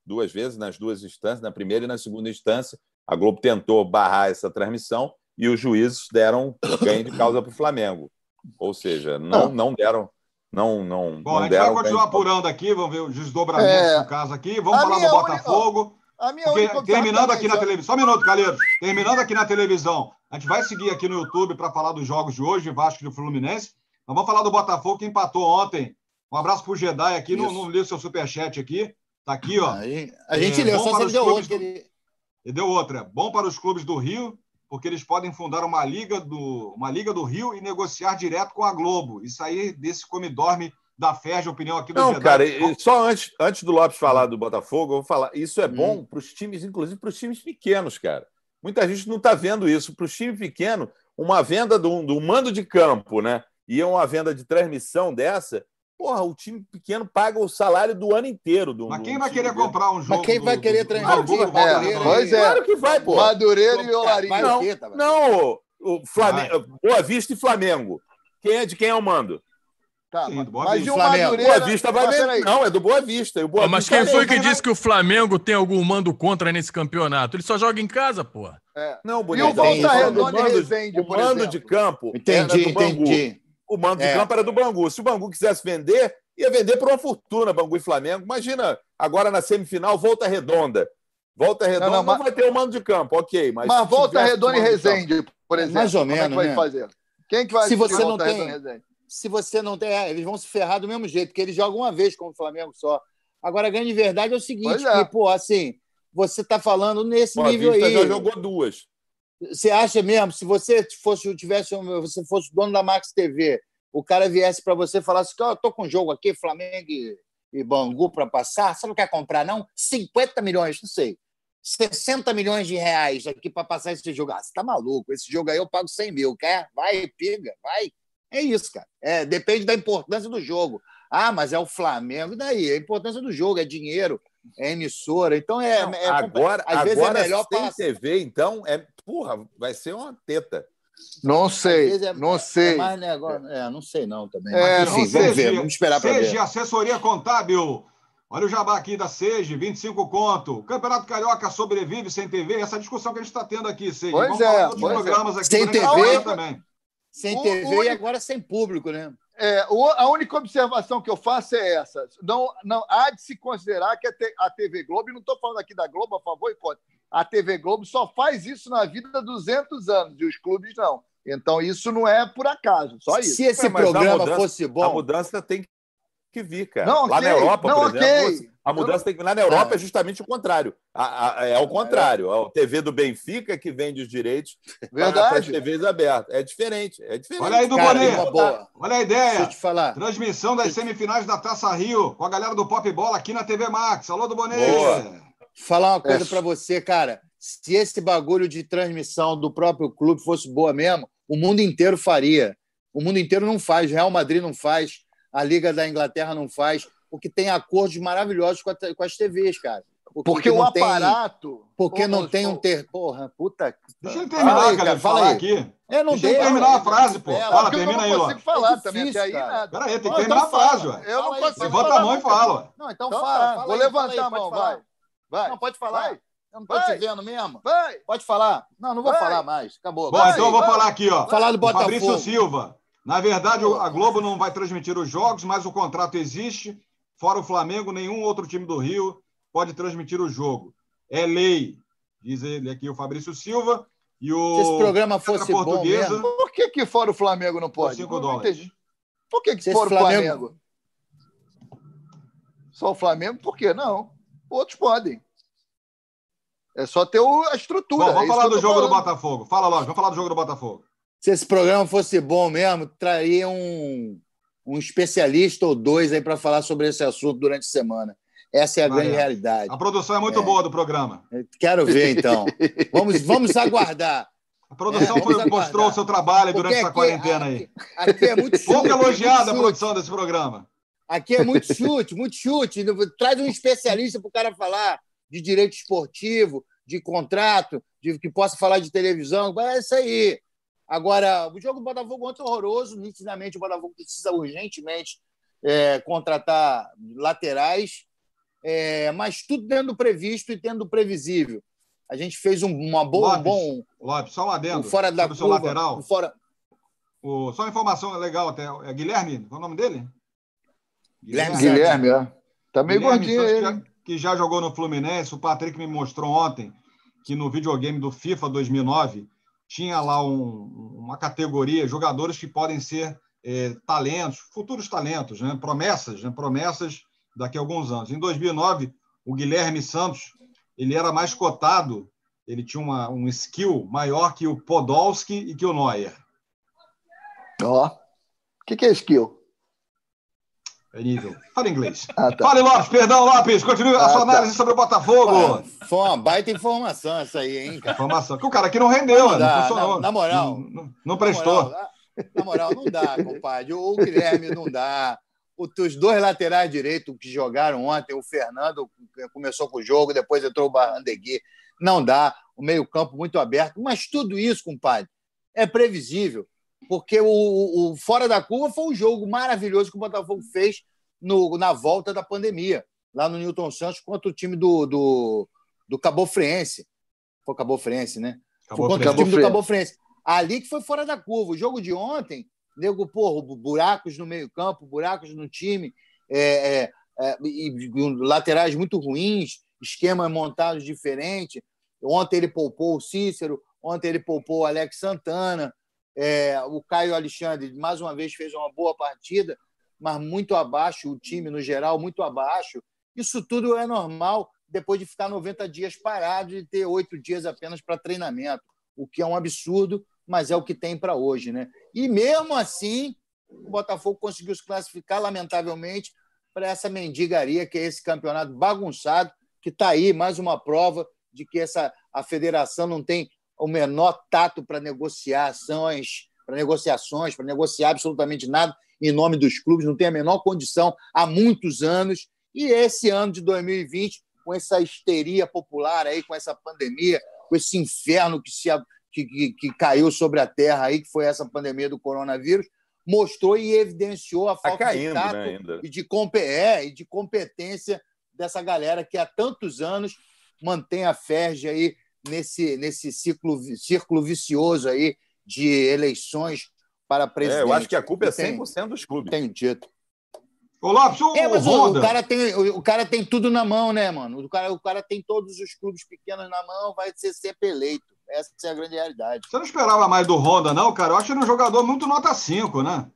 duas vezes, nas duas instâncias, na primeira e na segunda instância. A Globo tentou barrar essa transmissão e os juízes deram ganho de causa para o Flamengo. Ou seja, não, não deram... Não, não, Bom, não a gente deram vai continuar ganho de causa. apurando aqui, vamos ver os desdobramentos É. do caso aqui. Vamos A falar do minha Botafogo. única- A minha Porque, única terminando aqui na exatamente, televisão, só um minuto, Calheiros. Terminando aqui na televisão, a gente vai seguir aqui no YouTube para falar dos jogos de hoje, Vasco e Fluminense. Mas vamos falar do Botafogo, que empatou ontem. Um abraço para o Jedi aqui, não, não li o seu superchat aqui. Tá aqui, ó. Aí, a gente É, leu, bom só para se ele os deu clubes outro. que do- ele- E deu outra. Bom para os clubes do Rio, porque eles podem fundar uma liga do, uma liga do Rio e negociar direto com a Globo. Isso aí, desse come-dorme da F E R J, a opinião aqui do Não, Jedi. cara, e só antes, antes do Lopes falar do Botafogo, eu vou falar. Isso é bom Hum. para os times, inclusive para os times pequenos, cara. Muita gente não está vendo isso. Para os times pequenos, uma venda do, do mando de campo, né? E uma venda de transmissão dessa, porra, o time pequeno paga o salário do ano inteiro. Do, Mas do quem vai time querer dele. comprar um jogo? quem vai do- querer do- do transmitir? Bangu pro Vai, Volta é, Redonda? pois é. Claro que vai, pô. Madureira e Vai Olarinho. Não, ter, tá, vai. não, o, o Flamengo, Boa Vista e Flamengo. Quem é de quem é o mando? Tá, Sim, mas do Boa mas Vista. e o Flamengo. Madureira... Boa Vista vai Mas ver. peraí. Não, é do Boa Vista. E o Boa Ó, mas Vista quem vai foi ver. que disse que o Flamengo tem algum mando contra nesse campeonato? Ele só joga em casa, porra. É. Não, E Bonito, o Volta eu tô falando do Redonda e mando- Resende, o por mando exemplo. de campo era Entendi, do Bangu. entendi. O mando de É. campo era do Bangu. Se o Bangu quisesse vender, ia vender por uma fortuna, Bangu e Flamengo. Imagina, agora na semifinal, Volta Redonda. Volta Redonda Não, não, não, mas- vai ter o mando de campo, ok. Mas, Mas se Volta tivesse Redonda e mando de campo- Resende, por É, exemplo. mais ou Como é que menos, vai né? fazer? Quem que vai Se assistir você não Volta tem- Redonda e Resende? Se você não tem, é, eles vão se ferrar do mesmo jeito, porque eles jogam uma vez com o Flamengo só. Agora, a grande verdade é o seguinte, Pois é. que, pô, assim, você tá falando nesse Boa nível Vista aí. já jogou duas. Você acha mesmo, se você fosse, tivesse, um- você fosse dono da Max T V, o cara viesse para você e falasse que, ó, eu tô com um jogo aqui, Flamengo e, e Bangu para passar, você não quer comprar, não? cinquenta milhões, não sei. sessenta milhões de reais aqui para passar esse jogo. Ah, você tá maluco? Esse jogo aí eu pago cem mil. Quer? Vai, pega, vai. É isso, cara. É, depende da importância do jogo. Ah, mas é o Flamengo. E daí? A importância do jogo é dinheiro, é emissora. Então é. Não, é agora, às vezes agora é melhor sem passar. T V, então, é, porra, vai ser uma teta. Não Às sei, vezes é- não É sei. mais negócio. É, não sei não também. É, Mas, enfim, não sei. vamos ver, vamos esperar para Sege ver. Assessoria Contábil. Olha o jabá aqui da Sege, vinte e cinco conto. O Campeonato Carioca sobrevive sem T V? Essa discussão que a gente está tendo aqui, Sege. Pois Vamos é, falar em outros pois é. programas aqui Sem durante a T V? semana também. Sem O- T V o único- e agora sem público, né? É, o- a única observação que eu faço é essa. Não, não há de se considerar que a, T- a T V Globo, e não estou falando aqui da Globo a favor e contra, a T V Globo só faz isso na vida há duzentos anos, e os clubes não. Então, isso não é por acaso, só isso. Se esse É, mas a programa mudança- fosse A bom. mudança tem que vir, cara. Não, Lá ok. na Europa, Não, por exemplo, ok. a mudança tem que. Lá na Europa Ah. é justamente o contrário. A- a- é o contrário. É o T V do Benfica que vende os direitos para as Verdade. T Vs abertas. É diferente. É diferente. Olha aí do Cara, Boné. uma boa. Olha a Deixa eu ideia. te falar. Transmissão das semifinais da Taça Rio com a galera do Pop Bola aqui na T V Max. Alô do Boné. Boa. Falar uma coisa É. para você, cara. Se esse bagulho de transmissão do próprio clube fosse boa mesmo, o mundo inteiro faria. O mundo inteiro não faz. Real Madrid não faz. A Liga da Inglaterra não faz. Porque tem acordos maravilhosos com, a, com as T Vs, cara. Porque o não tem- aparato... Porque Ô, não ô, tem um ô, ter. Porra, puta. Deixa ele Fala terminar, aí, cara, de fala falar aí. aqui. Eu não Deixa ele dei, terminar cara. a frase, pô. Ela- Fala, porque eu termina aí, não ó. consigo falar É também, difícil, até aí cara. nada. Pera aí, tem que Ó, terminar a então fala. frase, ué. Eu não Fala aí, consigo fala Levanta falar a mão e nunca. fala, ué. Não, então Então fala. tá, fala vou aí, levantar fala aí, a mão, pode falar. vai. Vai. Não, pode falar. Vai. Eu não tô Vai. te vendo mesmo. Vai. Pode falar. Não, não vou Vai. falar mais. Acabou. Bom, Vai, então eu vou vai. falar aqui, ó. Falar do O Fabrício Botafogo. Silva. Na verdade, o- a Globo não vai transmitir os jogos, mas o contrato existe. Fora o Flamengo, nenhum outro time do Rio pode transmitir o jogo. É lei, diz ele aqui, o Fabrício Silva. E o Se esse programa Letra fosse bom Portuguesa, mesmo. Por que que fora o Flamengo não pode? cinco Não dólares. entendi. Por que que Se esse fora o Flamengo- Flamengo? Só o Flamengo? Por que não? Outros podem. É só ter o- a estrutura. Bom, é vamos isso falar que eu do tô jogo do falando. Botafogo. Fala, Lógico, vamos falar do jogo do Botafogo. Se esse programa fosse bom mesmo, traria um, um especialista ou dois aí para falar sobre esse assunto durante a semana. Essa é a Vai, grande é. realidade. A produção é muito É. boa do programa. Quero ver, então. Vamos, vamos aguardar. A produção É, vamos foi- aguardar. mostrou o seu trabalho Porque durante essa aqui- quarentena aí. Aqui, aqui é muito chute. Pouco elogiada a muito chute. produção desse programa. Aqui é muito chute, muito chute. Traz um especialista para o cara falar de direito esportivo, de contrato, de que possa falar de televisão. É isso aí. Agora, o jogo do Botafogo ontem é horroroso. Nitidamente, o Botafogo precisa urgentemente é, contratar laterais. é, mas tudo dentro do previsto e dentro do previsível. A gente fez um, uma boa, Lopes, um bom... Lopes, só um adendo. Um fora da sobre o seu curva, lateral. um fora... O, só uma informação legal até. É Guilherme? Qual é o nome dele? Guilherme Guilherme, é. Tá meio Guilherme gordinho Santos, ele. que já, que já jogou no Fluminense. O Patrick me mostrou ontem que no videogame do FIFA dois mil e nove tinha lá um, uma categoria, jogadores que podem ser é, talentos, futuros talentos, né? promessas, né? promessas daqui a alguns anos. Em dois mil e nove, o Guilherme Santos ele era mais cotado, ele tinha uma, um skill maior que o Podolski e que o Neuer. Ó. O que, que é skill? É nível. Fala inglês. Ah, tá. Fale, Lopes. Perdão, Lopes. Continue a Ah, sua tá. análise sobre o Botafogo. Pô, foi uma baita informação essa aí, hein, cara? Informação. Que o cara aqui não rendeu, Não não, dá, funcionou. na- na moral. Não, não- não prestou. Na moral, na moral, não dá, compadre. O Guilherme não dá. O- Os dois laterais direitos que jogaram ontem, o Fernando começou com o jogo, depois entrou o Barrandegui. Não dá. O meio-campo muito aberto. Mas tudo isso, compadre, é previsível. Porque o, o- o Fora da Curva foi um jogo maravilhoso que o Botafogo fez no- na volta da pandemia, lá no Newton Santos, contra o time do, do, do Cabo Friense. Foi o Cabo Friense, né? Acabou Foi contra o frente. time do Cabo Friense. Ali que foi fora da curva. O jogo de ontem, nego, porra, buracos no meio-campo, buracos no time, é, é, é, e, e laterais muito ruins, esquemas montados diferentes. Ontem ele poupou o Cícero, ontem ele poupou o Alex Santana. É, o Caio Alexandre, mais uma vez, fez uma boa partida, mas muito abaixo, o time, no geral, muito abaixo. Isso tudo é normal depois de ficar noventa dias parado e ter oito dias apenas para treinamento, o que é um absurdo, mas é o que tem para hoje, né? E mesmo assim, o Botafogo conseguiu se classificar, lamentavelmente, para essa mendigaria que é esse campeonato bagunçado, que está aí, mais uma prova de que essa, a federação não tem o menor tato para negociações, para negociações, para negociar absolutamente nada em nome dos clubes, não tem a menor condição há muitos anos. E esse ano de dois mil e vinte, com essa histeria popular aí, com essa pandemia, com esse inferno que, se, que, que, que caiu sobre a terra aí, que foi essa pandemia do coronavírus, mostrou e evidenciou a Tá falta caindo, de tato, né, ainda. e, de, compe- é, e de competência dessa galera que há tantos anos mantém a Ferge aí nesse, nesse ciclo, círculo vicioso aí de eleições para presidente. É, eu acho que a culpa é Tem- cem por cento dos clubes. Tenho dito. Ô, Lopes, o, É, o mas o, Honda... o cara tem, o, o cara tem tudo na mão, né, mano? O cara, o cara tem todos os clubes pequenos na mão, vai ser sempre eleito. Essa é a grande realidade. Você não esperava mais do Honda, não, cara? Eu acho ele um jogador muito nota cinco, né?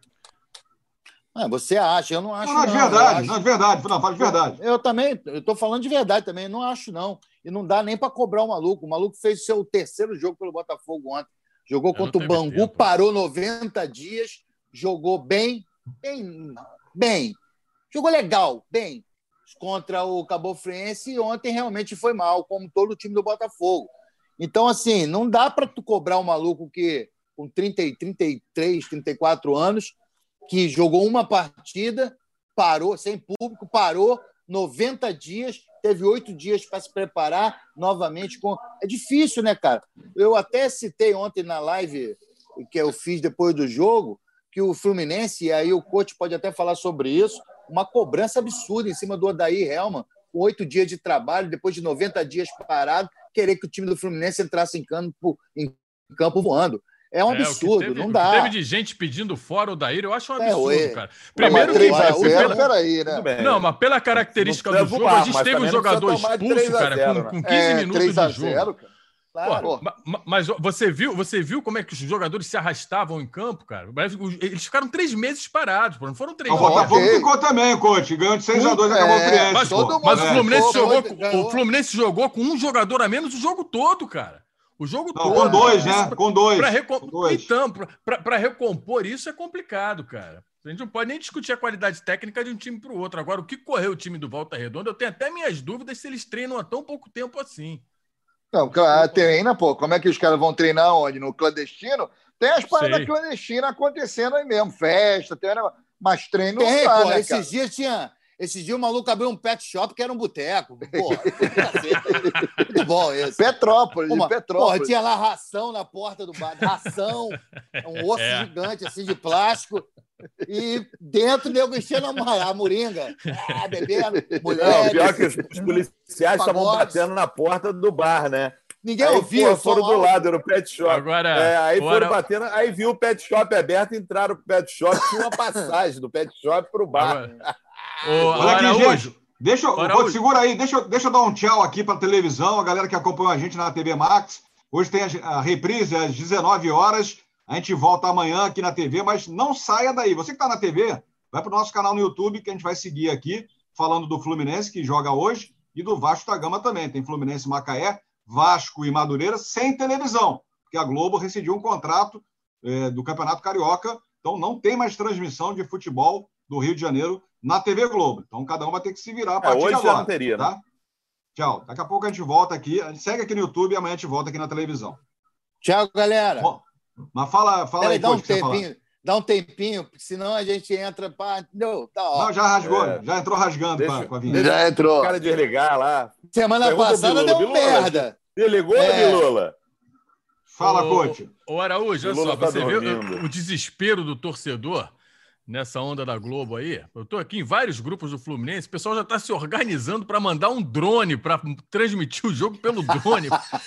Ah, você acha, eu não acho. Não, não, de não, verdade, eu acho- não, de verdade. Não, fala de verdade. Eu, eu também, eu tô falando de verdade também, não acho, não. E não dá nem para cobrar o maluco. O maluco fez seu terceiro jogo pelo Botafogo ontem. Jogou É, não contra o teve Bangu, tempo. parou noventa dias, jogou bem, bem, bem. Jogou legal, bem. Contra o Cabo Friense e ontem realmente foi mal, como todo o time do Botafogo. Então, assim, não dá para tu cobrar um maluco que com trinta, trinta e três, trinta e quatro anos, que jogou uma partida, parou, sem público, parou noventa dias, teve oito dias para se preparar novamente. Com... É difícil, né, cara? Eu até citei ontem na live que eu fiz depois do jogo, que o Fluminense, e aí o coach pode até falar sobre isso, uma cobrança absurda em cima do Odair Helman, com oito dias de trabalho, depois de noventa dias parado, querer que o time do Fluminense entrasse em campo, em campo voando. É um É, o que absurdo, teve- não o que dá. Teve de gente pedindo fora o Daír, eu acho um É, absurdo, ué. cara. Não, Primeiro mas três que. a Ué, zero, ué, peraí, Tudo né? bem. Não, mas pela característica Não do precisa jogo, a voar, gente mas teve um também não precisa jogador tomar expulso, três a cara, zero, com, com né? quinze É, minutos três a de jogo. zero, cara. Claro. Pô, Ma- ma- Mas você viu, você viu como é que os jogadores se arrastavam em campo, cara? Eles ficaram três meses parados, pô, não foram três O dias. Botafogo ok. ficou também, coach. Ganhou de seis a dois, É, acabou o Friense. Mas, pô. todo mas mundo o É. Fluminense ficou, jogou, ganhou, com- ganhou. o Fluminense jogou com um jogador a menos o jogo todo, cara. O jogo Não, todo. com dois, Isso né? pra- Com dois. pra recom- Com dois. Então, para recompor isso é complicado, cara. A gente não pode nem discutir a qualidade técnica de um time para o outro. Agora, o que correu o time do Volta Redonda, eu tenho até minhas dúvidas se eles treinam há tão pouco tempo assim. não, claro, treina, pô. Como é que os caras vão treinar onde? No clandestino? Tem as paradas Sei. clandestinas acontecendo aí mesmo. Festa, tem, mas treino Tem, não dá, pô. né, cara? Esses dias tinha. Esse dia o maluco abriu um pet shop que era um boteco. Porra, muito bom esse. Petrópolis, Uma, de Petrópolis. Porra, tinha lá ração na porta do bar. Ração, um osso É. gigante assim de plástico. E dentro o nego enchendo a a moringa. Ah, bebendo, Não, mulher. pior que os policiais estavam Pagode. batendo na porta do bar, né? Ninguém Aí, ouvia. pô, só foram do alto. lado, era o pet shop. Agora, É, aí agora- foram batendo, aí viu o pet shop aberto, entraram pro pet shop, tinha uma passagem do pet shop pro bar. Agora- Ô, Olha aqui, Araújo, gente. Deixa, eu- Araújo. vou- segura aí, deixa, eu- deixa eu dar um tchau aqui para a televisão, a galera que acompanhou a gente na T V Max. Hoje tem a, a reprise às dezenove horas. A gente volta amanhã aqui na T V, mas não saia daí. Você que está na T V, vai para o nosso canal no YouTube, que a gente vai seguir aqui, falando do Fluminense, que joga hoje, e do Vasco da Gama também. Tem Fluminense e Macaé, Vasco e Madureira, sem televisão, porque a Globo rescindiu um contrato eh, do Campeonato Carioca, então não tem mais transmissão de futebol do Rio de Janeiro na T V Globo. Então cada um vai ter que se virar a É, partir de hoje agora. já não teria, né? Tá? Tchau. Daqui a pouco a gente volta aqui. A gente segue aqui no YouTube e amanhã a gente volta aqui na televisão. Tchau, galera. Bom, mas fala, fala Peraí, aí, dá um coach, o que você ia falar. tempinho. Dá um tempinho, porque senão a gente entra para. Não, tá, ó. Não, já rasgou, É. já entrou rasgando Deixa- com a, com a vinheta. Já O entrou. cara desligar lá. Semana Pergunta ao passada Bilula. deu Bilula, merda. Desligou, É. Bilula? Fala, Ô, coach. Ô, Araújo, olha Lula só, tá você vê dormindo. o, o desespero do torcedor nessa onda da Globo aí? Eu tô aqui em vários grupos do Fluminense, o pessoal já tá se organizando para mandar um drone para transmitir o jogo pelo drone.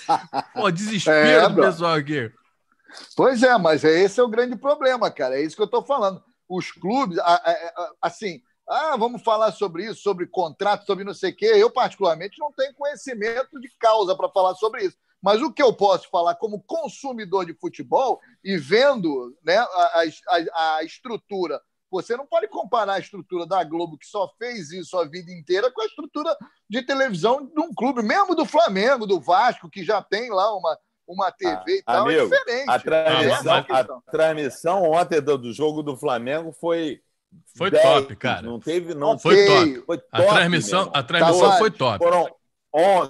Pô, desespero É, do bro. pessoal aqui. Pois é, mas esse é o grande problema, cara. É isso que eu estou falando. Os clubes, a- a- a- assim, ah, vamos falar sobre isso, sobre contrato, sobre não sei o quê. Eu, particularmente, não tenho conhecimento de causa para falar sobre isso. Mas o que eu posso falar como consumidor de futebol e vendo, né, a, a, a estrutura, você não pode comparar a estrutura da Globo, que só fez isso a vida inteira, com a estrutura de televisão de um clube, mesmo do Flamengo, do Vasco, que já tem lá uma, uma T V e Ah, tal, amigo, é diferente. A transmissão, Essa é a a questão. transmissão ontem do, do jogo do Flamengo foi. Foi dez, top, cara. Não teve. Não Foi Ok. top. Foi A top, transmissão, meu irmão. a transmissão Tavares, foi top. Foram onze,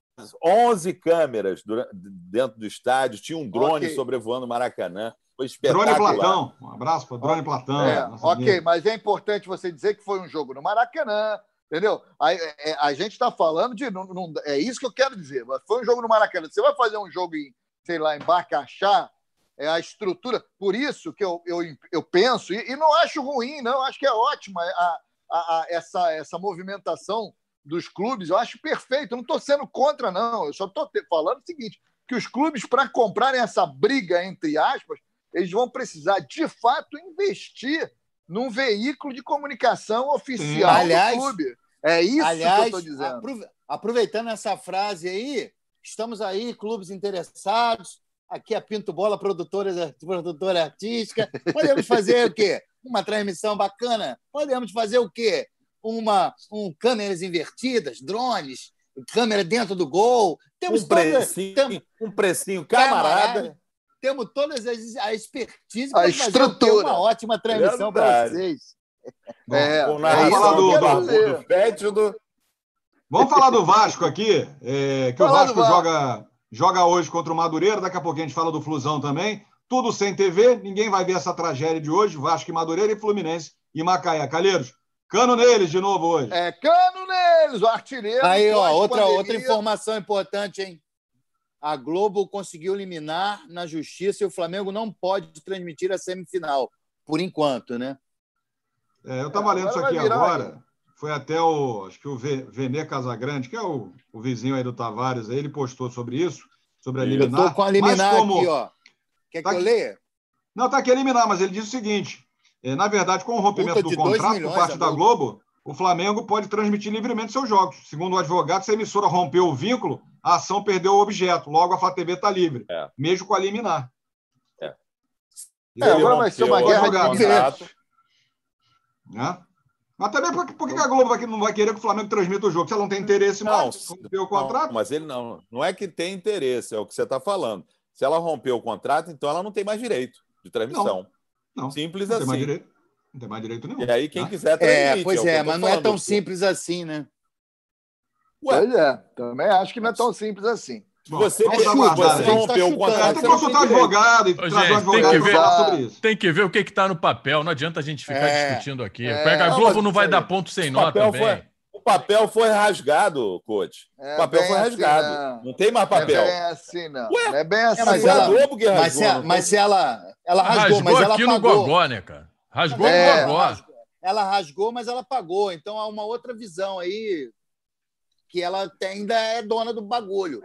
onze câmeras durante, dentro do estádio, tinha um drone Ok. sobrevoando o Maracanã. Foi Drone espetacular. Platão. Um abraço para Drone Platão. É, nosso ok, amigo. mas é importante você dizer que foi um jogo no Maracanã, entendeu? A, é, a gente está falando de. Não, não- é isso que eu quero dizer. mas Foi um jogo no Maracanã. Você vai fazer um jogo em, sei lá, em Bacaxá, é a estrutura. Por isso que eu, eu, eu penso, e, e não acho ruim, não, acho que é ótima a, a, a- essa, essa movimentação dos clubes. Eu acho perfeito. Eu não estou sendo contra, não. Eu só estou falando o seguinte: que os clubes, para comprarem essa briga, entre aspas, eles vão precisar, de fato, investir num veículo de comunicação oficial Sim. Aliás- do clube. É isso Aliás, que eu estou dizendo. aprove- aproveitando essa frase aí, estamos aí, clubes interessados. Aqui a Pinto Bola, produtora, produtora artística. Podemos fazer o quê? Uma transmissão bacana? Podemos fazer o quê? Uma, um, câmeras invertidas, drones, câmera dentro do gol. Temos Um toda- precinho, temos- um precinho camarada. Temos todas as a expertise A para fazer o quê? estrutura. Uma ótima transmissão para Verdade. vocês. Bom, É, Com é narração falar isso que eu do- quero Barbudo dizer. Fétido. Vamos falar do Vasco aqui, é, que o Fala do Vasco Vasco. joga, joga hoje contra o Madureira, daqui a pouquinho a gente fala do Flusão também. Tudo sem T V, ninguém vai ver essa tragédia de hoje, Vasco e Madureira e Fluminense e Macaé. Calheiros, cano neles de novo hoje. É cano neles, o artilheiro. Aí, ó, outra, pós-pandemia. outra informação importante, hein? A Globo conseguiu eliminar na justiça e o Flamengo não pode transmitir a semifinal, por enquanto, né? É, eu estava lendo isso Agora aqui vai virar agora, foi até o, acho que o Vê- Venê Casagrande, que é o, o vizinho aí do Tavares, aí ele postou sobre isso, sobre a Eu liminar. tô com a liminar Mas como- aqui, ó. Quer Tá que eu aqui. leia? Não, está aqui eliminar, mas ele diz o seguinte: é, na verdade, com o rompimento Multa do de dois contrato por milhões parte a da multa. Globo, o Flamengo pode transmitir livremente seus jogos. Segundo o advogado, se a emissora rompeu o vínculo, a ação perdeu o objeto. Logo, a Flá T V está livre, É. mesmo com a liminar. É. E É, aí, agora vai ser uma rompeu o guerra de advogado, contrato. né? Mas também, por, que- por que a Globo vai- não vai querer que o Flamengo transmita o jogo? Se ela não tem interesse Não, mais, rompeu o contrato? Não, mas ele não. Não é que tem interesse, é o que você está falando. Se ela rompeu o contrato, então ela não tem mais direito de transmissão. Não, Simples não tem mais assim. direito. Não tem mais direito nenhum. E aí, quem né? quiser transmite. É, pois o que é, eu tô mas não é falando. tão simples assim, né? Ué, Pois é, também acho que não é tão simples assim. Você, Vamos que, aguardar, você né? rompeu o É, contrato. tem que consultar advogado e Ô, trazer um gente, tem advogado que para ver- falar sobre isso. Tem que ver o que está no papel. Não adianta a gente ficar É, discutindo aqui. é. Pega, a Não, Globo mas não vai isso dar aí, ponto sem o nó papel também. foi- O papel foi rasgado, coach. É o papel bem foi assim, rasgado. não. Não tem mais Não é papel. bem assim, não. Ué, Não é bem assim, É, mas foi a não. ela, Globo que rasgou, mas, se, não mas foi? se ela, ela rasgou, Rasgou mas ela aqui no pagou. gogó, né, cara? Rasgou É. no Ela gogó. rasgou, ela rasgou, mas ela pagou. Então há uma outra visão aí que ela tem- ainda é dona do bagulho.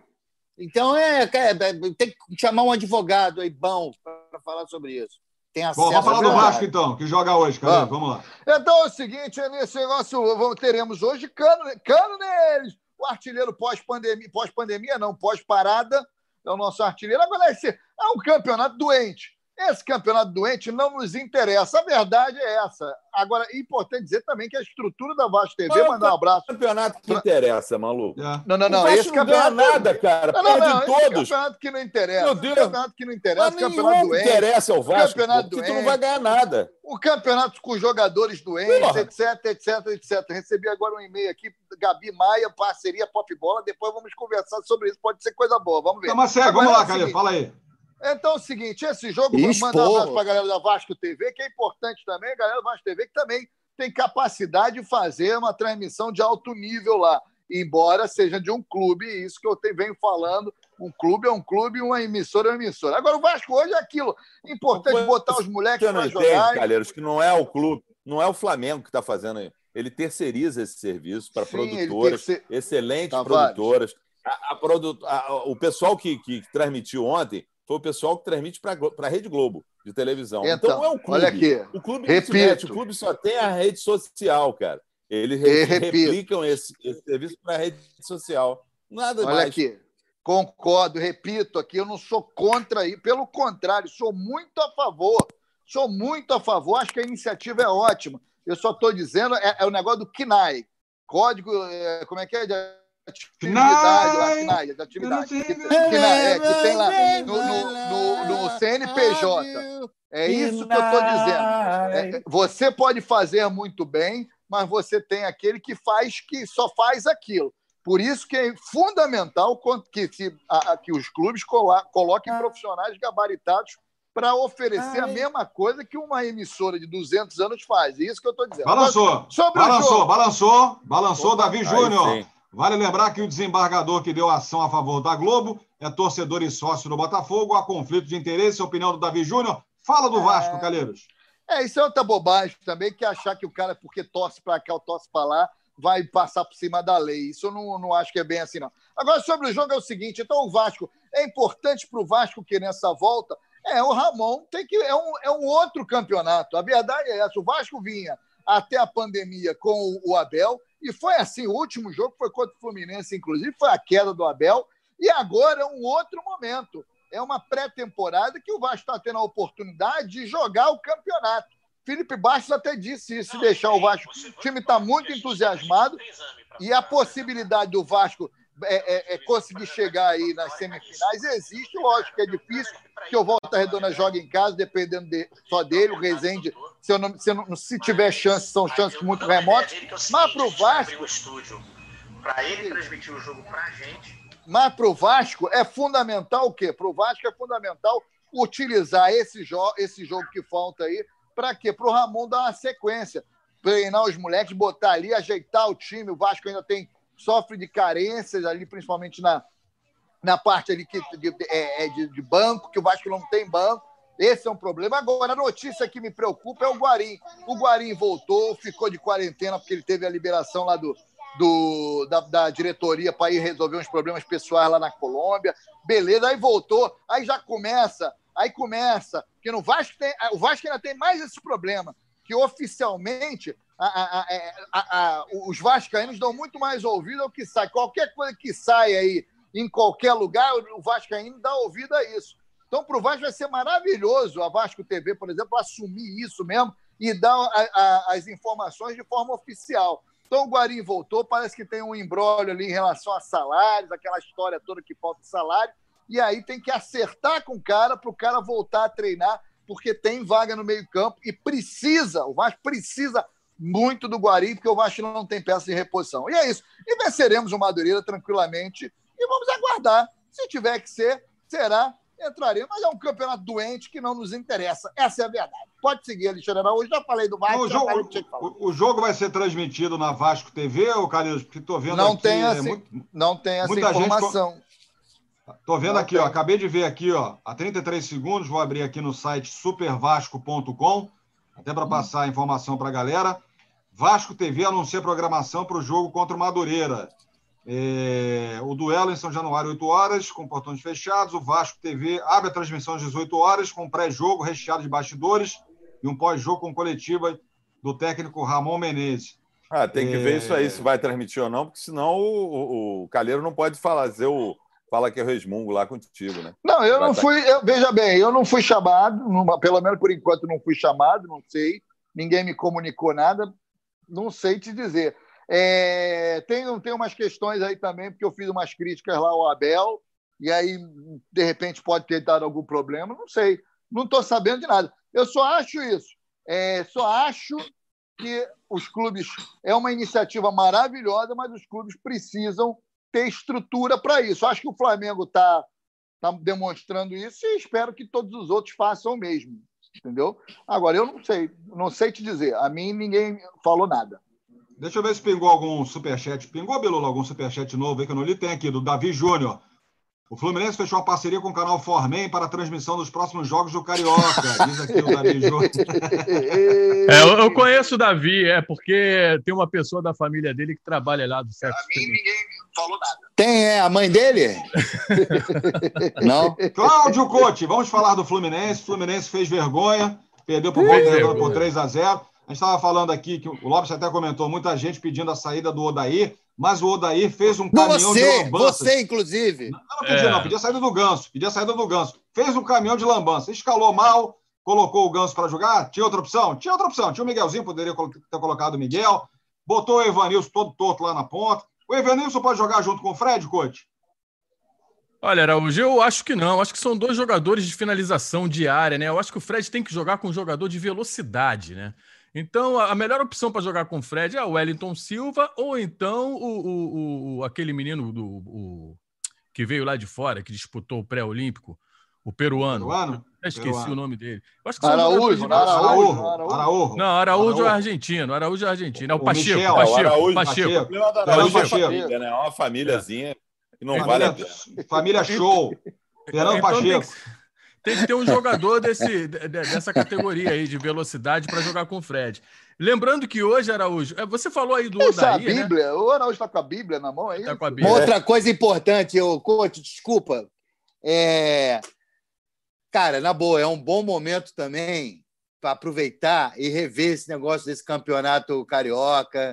Então é, é, tem que chamar um advogado aí bom para falar sobre isso. Tem acesso Bom, vamos falar à do verdade. Vasco, então, que joga hoje, cara. Vamos lá. Então é o seguinte, nesse negócio, vamos, teremos hoje cano, cano neles. O artilheiro pós-pandemia, pós-pandemia não, pós-parada, é o nosso artilheiro. Agora, esse é um campeonato doente. Esse campeonato doente não nos interessa. A verdade é essa. Agora, é importante dizer também que a estrutura da Vasco T V, Mas mandar um abraço. campeonato que interessa, maluco. É. Não, não, não. o Vasco Esse não ganha campeonato. nada, cara. Não, não, Perde não. Esse todos. campeonato que não interessa. Meu Deus. Esse campeonato que não interessa. Mas Campeonato nenhum doente. interessa ao Vasco, Campeonato pô, porque tu doente. não vai ganhar nada. O campeonato com jogadores doentes, Porra. etc, etc, etcétera. Recebi agora um e-mail aqui, Gabi Maia, parceria Pop Bola. Depois vamos conversar sobre isso. Pode ser coisa boa. Vamos ver. Então, mas segue, Agora vamos é lá, o Calil, seguinte, fala aí. Então é o seguinte, esse jogo, Isso, mandar um porra. abraço para a galera da Vasco T V, que é importante também, a galera da Vasco T V, que também tem capacidade de fazer uma transmissão de alto nível lá, embora seja de um clube, isso que eu te- venho falando, um clube é um clube, uma emissora é uma emissora. Agora, o Vasco hoje é aquilo, importante botar os moleques Você não para entende, jogar. Calheiros, que não é o clube, não é o Flamengo que está fazendo aí. Ele terceiriza esse serviço para Sim, ele produtoras, terce- excelentes Tavares. produtoras. A, a produ... a- o pessoal que, que transmitiu ontem foi o pessoal que transmite para a Rede Globo de televisão. Então, Então, não é um clube. olha aqui, O clube não se repito. mete, o clube só tem a rede social, cara. Eles E re- repito. replicam esse, esse serviço para a rede social. Nada Olha mais. aqui, concordo, repito aqui, eu não sou contra aí, pelo contrário, sou muito a favor, sou muito a favor, acho que a iniciativa é ótima. Eu só estou dizendo, é, é o negócio do C N A I, Código, é, como é que é? De atividade, lá, C N A I, de atividade. Que, C N A I, é, que tem lá no, no, no, no C N P J. É isso que eu estou dizendo. É, você pode fazer muito bem, mas você tem aquele que faz, que só faz aquilo. Por isso que é fundamental que, se, a, a, que os clubes colo- coloquem profissionais gabaritados para oferecer a mesma coisa que uma emissora de duzentos anos faz. É isso que eu estou dizendo. Balançou, Sobre o balançou, jogo. balançou, balançou, Opa, Davi aí Júnior. sim. Vale lembrar que o desembargador que deu ação a favor da Globo é torcedor e sócio do Botafogo. Há conflito de interesse, a opinião do Davi Júnior. Fala do Vasco, Calheiros. É, isso é outra bobagem também, que achar que o cara, porque torce para cá ou torce para lá, vai passar por cima da lei. Isso eu não, não acho que é bem assim, não. Agora, sobre o jogo é o seguinte, então o Vasco, é importante para o Vasco que nessa volta, é, o Ramon tem que, é um, é um outro campeonato. A verdade é essa, o Vasco vinha até a pandemia com o, o Abel, e foi assim, o último jogo foi contra o Fluminense, inclusive, foi a queda do Abel, e agora é um outro momento. É uma pré-temporada que o Vasco está tendo a oportunidade de jogar o campeonato. Felipe Bastos até disse isso, se deixar o Vasco. O time está muito entusiasmado e a possibilidade do Vasco é, é, é conseguir chegar aí nas semifinais existe, lógico que é difícil, porque o Volta Redonda joga em casa, dependendo de, só dele, o Rezende, se, eu não, se, eu não, se tiver chance, são chances muito remotas, mas para o Vasco... Para ele transmitir o jogo para a gente... Mas para o Vasco é fundamental o quê? Para o Vasco é fundamental utilizar esse, jo- esse jogo que falta aí. Para quê? Para o Ramon dar uma sequência. Treinar os moleques, botar ali, ajeitar o time. O Vasco ainda tem, sofre de carências ali, principalmente na, na parte ali que, de, é, de, de banco, que o Vasco não tem banco. Esse é um problema. Agora, a notícia que me preocupa é o Guarim. O Guarim voltou, ficou de quarentena porque ele teve a liberação lá do... Do, da, da diretoria para ir resolver uns problemas pessoais lá na Colômbia. Beleza, aí voltou, aí já começa, aí começa, que no Vasco tem, o Vasco ainda tem mais esse problema, que oficialmente a, a, a, a, os vascaínos dão muito mais ouvido ao que sai. Qualquer coisa que sai aí em qualquer lugar, o vascaíno dá ouvido a isso. Então, para o Vasco vai ser maravilhoso a Vasco T V, por exemplo, assumir isso mesmo e dar a, a, as informações de forma oficial. Então o Guarim voltou, parece que tem um imbróglio ali em relação a salários, aquela história toda que falta salário, e aí tem que acertar com o cara para o cara voltar a treinar, porque tem vaga no meio-campo e precisa, o Vasco precisa muito do Guarim, porque o Vasco não tem peça de reposição. E é isso. E venceremos o Madureira tranquilamente e vamos aguardar. Se tiver que ser, será, entraremos. Mas é um campeonato doente que não nos interessa. Essa é a verdade. Pode seguir, Alexandre Araújo. Já falei do Vasco, o, já jogo, falei do que tinha que falar. o, o jogo vai ser transmitido na Vasco T V, ou Carlinhos? Porque estou vendo não aqui... Tem essa, é muito, não tem essa muita informação. Gente... Estou vendo não aqui, tem. ó, acabei de ver aqui, ó, há trinta e três segundos, vou abrir aqui no site super vasco ponto com, até para passar a informação para a galera. Vasco T V anuncia programação para o jogo contra o Madureira. É, o duelo em São Januário, oito horas, com portões fechados. O Vasco T V abre a transmissão às dezoito horas, com pré-jogo recheado de bastidores e um pós-jogo com coletiva do técnico Ramon Menezes. Ah, tem que é... ver isso aí, se vai transmitir ou não, porque senão o, o, o Calheiro não pode fazer o... Fala que eu resmungo lá contigo, né? Não, eu vai não tá... fui... Eu, veja bem, eu não fui chamado, numa, pelo menos por enquanto não fui chamado, não sei. Ninguém me comunicou nada, não sei te dizer. É, tem, tem umas questões aí também, porque eu fiz umas críticas lá ao Abel, e aí, de repente, pode ter dado algum problema, não sei. Não estou sabendo de nada. Eu só acho isso. É, só acho que os clubes... É uma iniciativa maravilhosa, mas os clubes precisam ter estrutura para isso. Acho que o Flamengo está tá demonstrando isso e espero que todos os outros façam o mesmo. Entendeu? Agora, eu não sei. Não sei te dizer. A mim, ninguém falou nada. Deixa eu ver se pingou algum superchat. Pingou, Bilu, algum superchat novo aí que eu não li? Tem aqui, do Davi Júnior. O Fluminense fechou uma parceria com o canal Formen para a transmissão dos próximos jogos do Carioca. Diz aqui o Davi Júnior. É, eu, eu conheço o Davi, é porque tem uma pessoa da família dele que trabalha lá do sexo. A mim, ninguém falou nada. Tem, é a mãe dele? Não? Cláudio Cote, vamos falar do Fluminense. O Fluminense fez vergonha, perdeu por volta redonda por três a zero. A gente estava falando aqui, que o Lopes até comentou, muita gente pedindo a saída do Odair, mas o Odair fez um caminhão você, de lambanças. Você, inclusive. Não, não pedia, é. não, pedia a saída do Ganso, pedia a saída do Ganso. Fez um caminhão de lambança, escalou mal, colocou o Ganso para jogar, tinha outra opção? Tinha outra opção, tinha o Miguelzinho, poderia ter colocado o Miguel, botou o Evanilson todo torto lá na ponta. O Evanilson pode jogar junto com o Fred, coach? Olha, Araújo, eu acho que não. Acho que são dois jogadores de finalização diária, né? Eu acho que o Fred tem que jogar com um jogador de velocidade, né? Então, a melhor opção para jogar com o Fred é o Wellington Silva ou então o, o, o, aquele menino do, o, que veio lá de fora, que disputou o pré-olímpico, o peruano. Peruano? Eu esqueci Peruano. o nome dele. Eu acho que são Araújo, de... Araújo, Araújo, Araújo. Não, Araújo é argentino. Araújo é argentino. É o, O Pacheco. Michel, Pacheco, Araújo, Pacheco. Pacheco. Não, da Fernando Araújo é Pacheco. família, né? É uma famíliazinha que não Família, vale a pena. família show. Fernando Então, Pacheco. tem que... Tem que ter um jogador desse, dessa categoria aí de velocidade para jogar com o Fred. Lembrando que hoje, Araújo, você falou aí do Essa Odair, é a Bíblia. né? O Araújo está com a Bíblia na mão, é isso? Tá com a Uma Bíblia. outra coisa importante, eu, coach, desculpa. É... Cara, na boa, é um bom momento também para aproveitar e rever esse negócio desse campeonato carioca,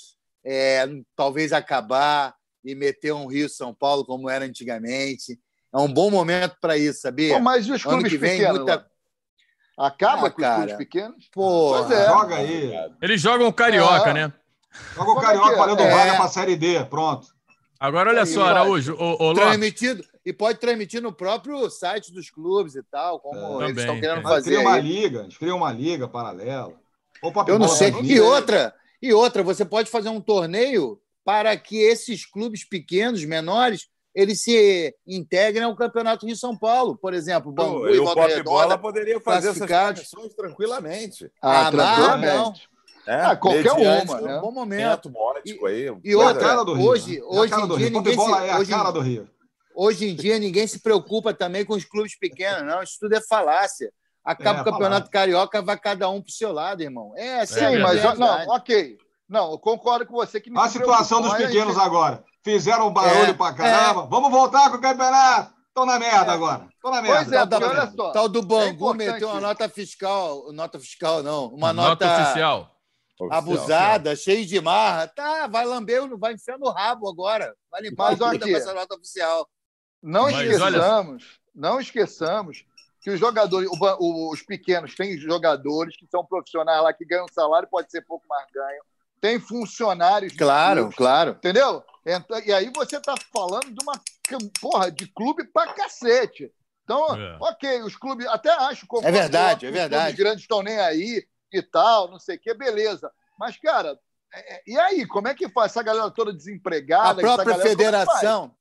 é, talvez acabar e meter um Rio-São Paulo como era antigamente. É um bom momento para isso, sabia? Pô, mas e os Ano clubes que vem, pequenos? muita... Acaba Ah, com os cara. clubes pequenos? Porra, Pois é. Joga aí. Eles jogam Carioca, Ah. né? Joga o Como é Carioca que é? valendo É. vaga para a Série D. Pronto. Agora, olha Aí só, vai. Araújo, o, o Lopes, transmitido, e pode transmitir no próprio site dos clubes e tal, como É, eles estão também, querendo tem. Mas fazer cria uma aí. liga. Eles criam uma liga paralela. Ou Papo Eu não Bola sei. vai E vir. outra, e outra, você pode fazer um torneio para que esses clubes pequenos, menores, eles se integrem ao Campeonato Rio São Paulo, por exemplo, Bangu E e o Volta Pop Redonda. Bola poderia fazer essas classificados. transmissões tranquilamente. Ah, Ah, tranquilamente. Né? Ah, qualquer Mediante uma, um né? Bom momento. momento ótico aí. E É a outra, cara do Rio, hoje, né? É a hoje cara em do dia Rio. ninguém se, Futebol é a hoje, cara do Rio. hoje em dia ninguém se preocupa também com os clubes pequenos, não. Isso tudo é falácia. Acaba É, o Campeonato Carioca, vai cada um pro seu lado, irmão. É, essa é a Sim, mas verdade. não, ok. Não, eu concordo com você que A situação dos preocupa, mas pequenos a gente- agora. Fizeram barulho É, pra caramba. Vamos voltar com o campeonato. Estão na merda É. agora. Estão na Pois merda. é, Tal, porque da, olha só. tal do é Bangu importante meteu uma isso. nota fiscal, nota fiscal não, uma nota, nota, oficial. abusada, cheia de marra. Tá, vai lamber, vai enfiar no rabo agora. Vai limpar Mas a bunda aqui- com essa nota oficial. Não Mas esqueçamos, não esqueçamos que os jogadores, o ba- o- os pequenos têm jogadores que são profissionais lá que ganham salário, pode ser pouco mais ganham. Tem funcionários. dos Claro, clubes, claro. entendeu? Então, e aí você está falando de uma porra de clube pra cacete. Então, É. ok, os clubes, até acho que É verdade, é os verdade. clubes grandes estão nem aí e tal, não sei o que, beleza. Mas, cara, é- é- e aí, como é que faz essa galera toda desempregada? A essa própria galera, como é que faz? federação,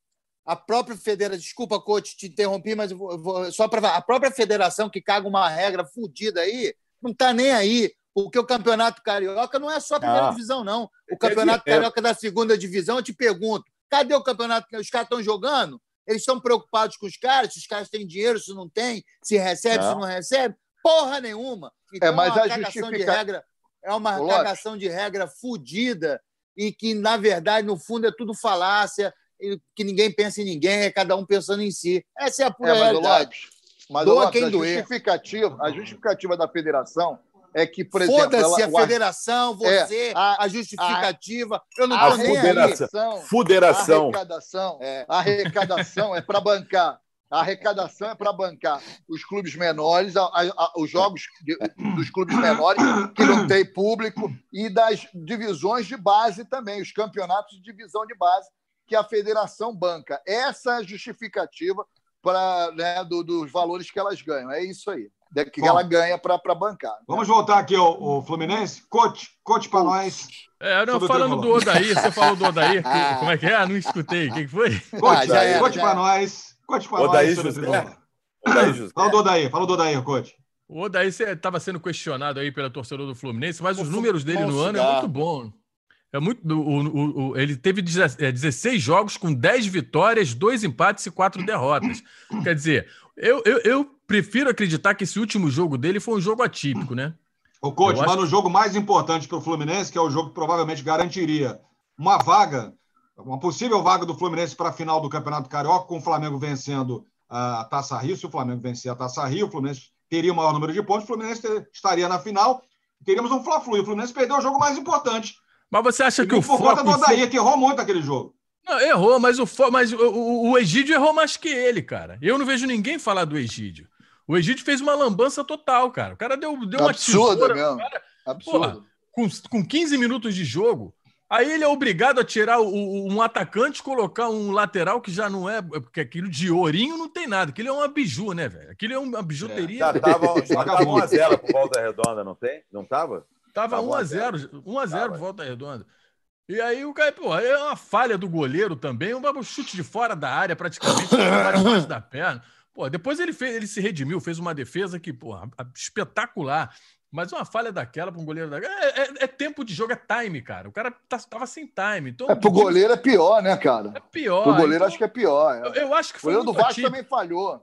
a própria federação... Desculpa, coach, te interrompi, mas eu vou, eu vou só para a própria federação que caga uma regra fodida aí, não está nem aí, porque o Campeonato Carioca não é só a primeira ah, divisão, não. O Campeonato é, Carioca da segunda divisão, eu te pergunto, cadê o campeonato que os caras estão jogando? Eles estão preocupados com os caras, se os caras têm dinheiro, se não tem, se recebe, não. se não recebe. Porra nenhuma. Então, é, mas é uma a cagação justifica... de regra, é uma Ô, cagação de regra fodida e que, na verdade, no fundo, é tudo falácia, que ninguém pensa em ninguém, é cada um pensando em si. Essa é a pura é, mas, realidade. Mas, Doa Lopes, quem a doer. Justificativa, a justificativa da federação é que, por exemplo... Foda-se ela, a federação, você, é, a, a justificativa. A, eu não tô nem aí. Federação. A arrecadação, é, a arrecadação é para bancar. A arrecadação é para bancar os clubes menores, a, a, a, os jogos de, dos clubes menores que não tem público e das divisões de base também, os campeonatos de divisão de base que a federação banca. Essa é a justificativa pra, né, do, dos valores que elas ganham. É isso aí. Que Bom, ela ganha para bancar. Vamos né? voltar aqui ao, ao Fluminense. Coach, coach para nós. É, não, falando do Odair, você falou do Odair, que, como é que é? Ah, não escutei. O que foi? Coach, ah, já é, coach para nós. Coach para Odair nós. José. Odair José. Fala do Odair, fala do Odair, coach. O Odair estava sendo questionado aí pela torcedor do Fluminense, mas os números dele no ano é muito bom. É muito, o, o, o, ele teve dezesseis jogos com dez vitórias, dois empates e quatro derrotas. Quer dizer, eu, eu, eu prefiro acreditar que esse último jogo dele foi um jogo atípico, né? O coach, mas no que... jogo mais importante para o Fluminense, que é o jogo que provavelmente garantiria uma vaga, uma possível vaga do Fluminense para a final do Campeonato Carioca, com o Flamengo vencendo a Taça Rio. Se o Flamengo vencer a Taça Rio, o Fluminense teria o maior número de pontos, o Fluminense ter, estaria na final, teríamos um Fla-Flu. E o Fluminense perdeu o jogo mais importante. Mas você acha e que o por foco... conta do Odair, que errou muito aquele jogo. Não, errou, mas, o, fo... mas o, o, o Egídio errou mais que ele, cara. Eu não vejo ninguém falar do Egídio. O Egídio fez uma lambança total, cara. O cara deu, deu uma Absurdo, tesoura. Mesmo. Cara. Absurdo. Porra, com, com quinze minutos de jogo, aí ele é obrigado a tirar o, o, um atacante e colocar um lateral que já não é... Porque aquilo de ourinho não tem nada. Aquilo é uma biju, né, velho? Aquilo é uma bijuteria. É. Já tava, já tava um a zero por Volta Redonda, não tem? Não tava? Tava um a zero. um a zero por Volta Redonda. E aí o cara, pô, é uma falha do goleiro também, um chute de fora da área praticamente, debaixo da perna. Pô, depois ele fez, ele se redimiu, fez uma defesa que, pô, espetacular. Mas uma falha daquela para um goleiro da... é, é, é tempo de jogo, é time, cara. O cara tá, tava sem time. Então, é, pro goleiro é pior, né, cara? É pior. Pro goleiro então, acho que é pior. É. Eu, eu acho que foi o goleiro do Vasco atípico. também falhou.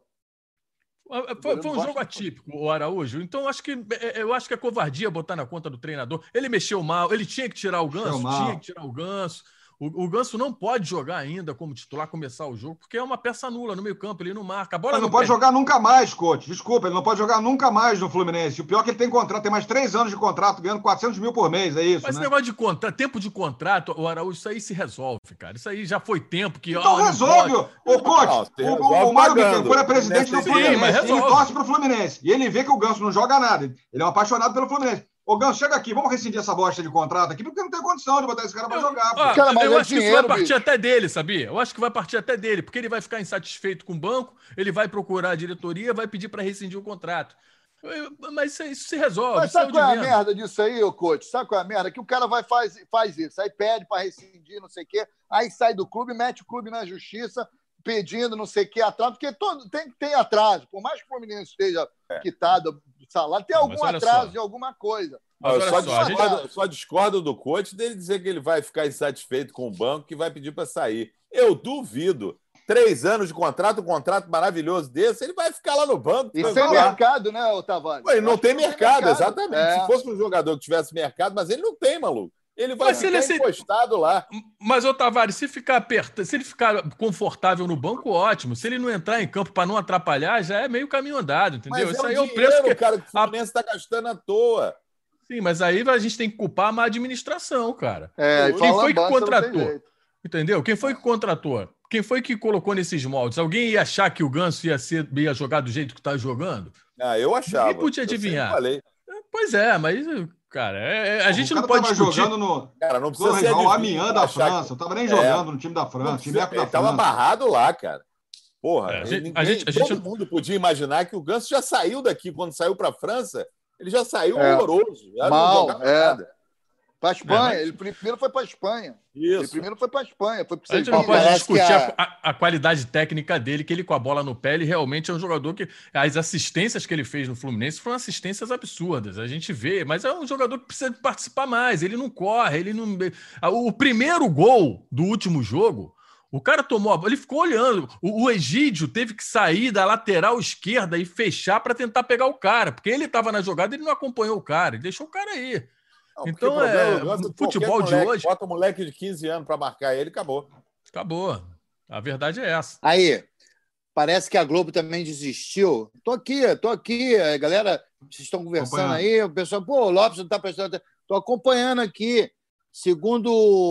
Foi, foi um jogo atípico, o Araújo. Então, acho que, eu acho que é covardia botar na conta do treinador. Ele mexeu mal, ele tinha que tirar o Ganso, tinha que tirar o Ganso. O, o Ganso não pode jogar ainda como titular, começar o jogo, porque é uma peça nula no meio campo, ele não marca. A bola Mas não, não pode perde. jogar nunca mais, coach. Desculpa, ele não pode jogar nunca mais no Fluminense. O pior é que ele tem contrato, tem mais três anos de contrato, ganhando quatrocentos mil por mês, é isso, Mas né? esse negócio de contrato, tempo de contrato, o Araújo, isso aí se resolve, cara. Isso aí já foi tempo que... Então ó, resolve, ô coach. Não, o, o, o Mário Bittencourt é presidente do Fluminense, ele torce pro Fluminense. E ele vê que o Ganso não joga nada. Ele é um apaixonado pelo Fluminense. Ô, Ganso, chega aqui, vamos rescindir essa bosta de contrato aqui, porque não tem condição de botar esse cara pra jogar. Ah, cara, mas eu é acho dinheiro, que isso vai partir bicho. até dele, sabia? Eu acho que vai partir até dele, porque ele vai ficar insatisfeito com o banco, ele vai procurar a diretoria, vai pedir para rescindir o contrato. Mas isso, isso se resolve. Mas sabe qual é a merda disso aí, ô coach? Sabe qual é a merda? Que o cara vai faz, faz isso, aí pede para rescindir, não sei o quê, aí sai do clube, mete o clube na justiça, pedindo não sei o que atraso, porque todo, tem, tem atraso. Por mais que o Fluminense esteja é. quitado do salário, tem algum atraso só. de alguma coisa. Mas eu só, só, discordo, gente... só discordo do coach dele dizer que ele vai ficar insatisfeito com o banco que vai pedir para sair. Eu duvido. Três anos de contrato, um contrato maravilhoso desse, ele vai ficar lá no banco. E sem mercado, né, Tavares? Ele não tem mercado, mercado, exatamente. É. Se fosse um jogador que tivesse mercado, mas ele não tem, maluco. Ele vai mas ficar ele encostado se... lá. Mas, ô Tavares, se ficar aperta... se ele ficar confortável no banco, ótimo. Se ele não entrar em campo para não atrapalhar, já é meio caminho andado, entendeu? Mas Isso é aí o é o preço que cara, que o Fluminense está gastando à toa. Sim, mas aí a gente tem que culpar a má administração, cara. É, Quem foi que contratou? Entendeu? Quem foi que contratou? Quem foi que colocou nesses moldes? Alguém ia achar que o Ganso ia, ser, ia jogar do jeito que está jogando? Ah, eu achava. Ninguém podia adivinhar. Eu falei. Pois é, mas... Cara, é, é, a gente o não pode discutir... jogando no... Cara, não precisa no ser rival Amiens da França. Que... Não tava nem jogando é. no time da França. Time ele da estava barrado lá, cara. Porra, é, a gente, ninguém, a gente, a todo gente... mundo podia imaginar que o Ganso já saiu daqui. Quando saiu para a França, ele já saiu é. horroroso. Já Mal, não é. nada. Para a Espanha. É, mas... Ele primeiro foi para a Espanha. Isso. Ele primeiro foi para a Espanha. Foi a gente não pode Parece discutir que a- a... A, a qualidade técnica dele, que ele com a bola no pé, ele realmente é um jogador que... As assistências que ele fez no Fluminense foram assistências absurdas, a gente vê, mas é um jogador que precisa participar mais, ele não corre, ele não... O primeiro gol do último jogo, o cara tomou a bola, ele ficou olhando, o, o Egídio teve que sair da lateral esquerda e fechar para tentar pegar o cara, porque ele estava na jogada e ele não acompanhou o cara, ele deixou o cara aí. Não, porque Então, o problema é, do Ganso, o futebol qualquer de moleque, hoje- Bota um moleque de quinze anos para marcar ele, acabou. Acabou. A verdade é essa. Aí, parece que a Globo também desistiu. Tô aqui, tô aqui, a galera, vocês estão conversando aí, o pessoal, pô, o Lopes não está prestando atenção. Tô acompanhando aqui. Segundo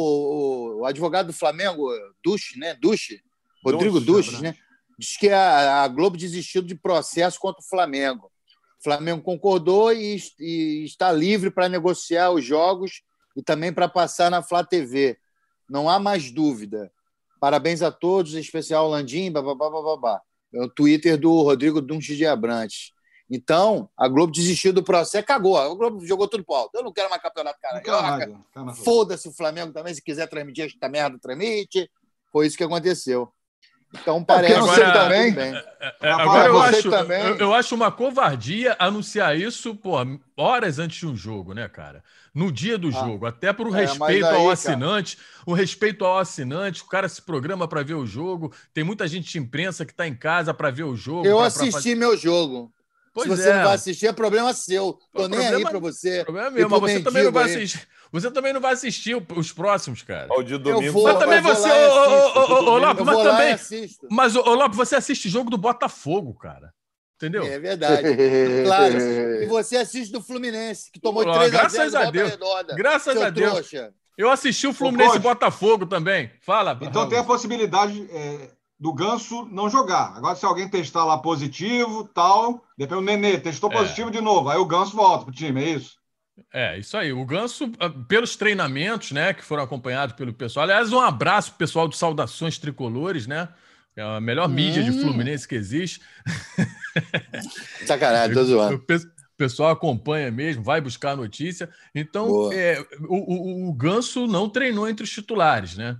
o, o advogado do Flamengo, Duche, né? Duche, Rodrigo Duche, Duche, né? Diz que a, a Globo desistiu de processo contra o Flamengo. O Flamengo concordou e, e está livre para negociar os jogos e também para passar na Flá T V. Não há mais dúvida. Parabéns a todos, em especial ao Landim, bababá, bababá. É o Twitter do Rodrigo Dunches de Abrantes. Então, a Globo desistiu do processo, cagou. A Globo jogou tudo pro alto. Eu não quero mais campeonato carioca. Foda-se o Flamengo também, se quiser transmitir esta merda, transmite. Foi isso que aconteceu. Então, parece não que sei tá também. tudo bem. É, é, agora eu você acho, também. eu, eu acho uma covardia anunciar isso, pô, horas antes de um jogo, né, cara? No dia do jogo, até por um é, mas respeito aí, ao cara- assinante, um respeito ao assinante, o cara se programa para ver o jogo, tem muita gente de imprensa que tá em casa para ver o jogo. Eu pra- pra assisti fazer- meu jogo. Pois Se você é. não vai assistir, é problema seu. Tô O nem aí problema- para você. O problema é E meu, pro mas você também não vai mendigo aí. assistir. Você também não vai assistir o- os próximos, cara. Ó, o de domingo. vou, Mas também eu vou você, lá e ô, ô, assisto. ô, ô, ô, Lopes, Eu mas vou lá e também. assisto. Mas, ô, Lopes, você assiste jogo do Botafogo, cara. Entendeu? É verdade. Claro. E você assiste do Fluminense, que tomou Pô, três a graças zero do a Volta Deus. Redonda. Graças Seu a Deus. trouxa. Eu assisti o Fluminense e coach. Botafogo também. Fala. Então Raul. tem a possibilidade é, do Ganso não jogar. Agora, se alguém testar lá positivo, tal, depois o Nenê testou É. positivo de novo, aí o Ganso volta pro time, é isso? É, isso aí. O Ganso, ah, pelos treinamentos, né, que foram acompanhados pelo pessoal. Aliás, um abraço pro pessoal do Saudações Tricolores, né? É a melhor mídia de Fluminense que existe. Sacanagem, tô O zoando. pe- o pessoal acompanha mesmo, vai buscar a notícia. Então, Boa. é, o, o, o Ganso não treinou entre os titulares, né?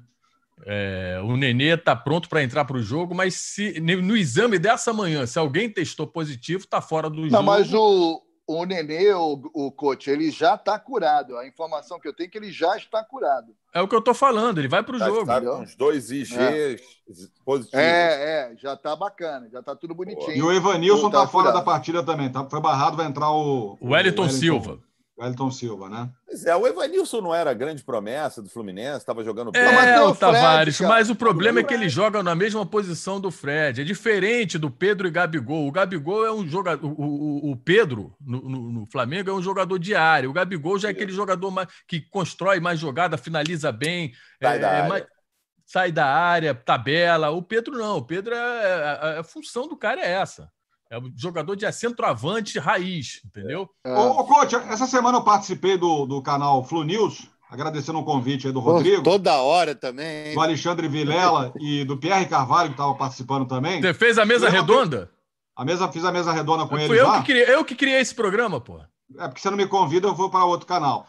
É, o Nenê está pronto para entrar para o jogo, mas se, no exame dessa manhã, se alguém testou positivo, está fora do Não, jogo. mas o, o Nenê, o, o coach, ele já está curado. A informação que eu tenho é que ele já está curado. É o que eu estou falando, ele vai para o Tá, jogo. tá com uns dois I Gs É. positivos. É, é, já está bacana, já está tudo bonitinho. E o Evanilson Tá tá fora curado. da partida também, tá? Foi barrado, vai entrar o... O Wellington Silva. O Wellington Silva, né? Pois é, o Evanilson não era a grande promessa do Fluminense, estava jogando bem. mas É, tem o o Fred, Tavares, cara. mas o problema é que Fred. ele joga na mesma posição do Fred. É diferente do Pedro e Gabigol. O Gabigol é um jogador. O, o, o Pedro, no, no, no Flamengo, é um jogador de área. O Gabigol já é aquele jogador mais, que constrói mais jogada, finaliza bem. Sai é, da é área. mais- sai da área, tabela. O Pedro não. O Pedro, é, a, a função do cara é essa. É um jogador de centroavante raiz, entendeu? É. Ô, ô, coach, essa semana eu participei do, do canal Flu News, agradecendo o convite aí do Pô, Rodrigo, toda hora também. do Alexandre Vilela e do Pierre Carvalho, que estava participando também. Você fez a mesa Eu levantei- redonda? A mesa, fiz a mesa redonda com ele Fui eu já. que, criei, eu que criei esse programa, pô. É porque você não me convida, eu vou para outro canal.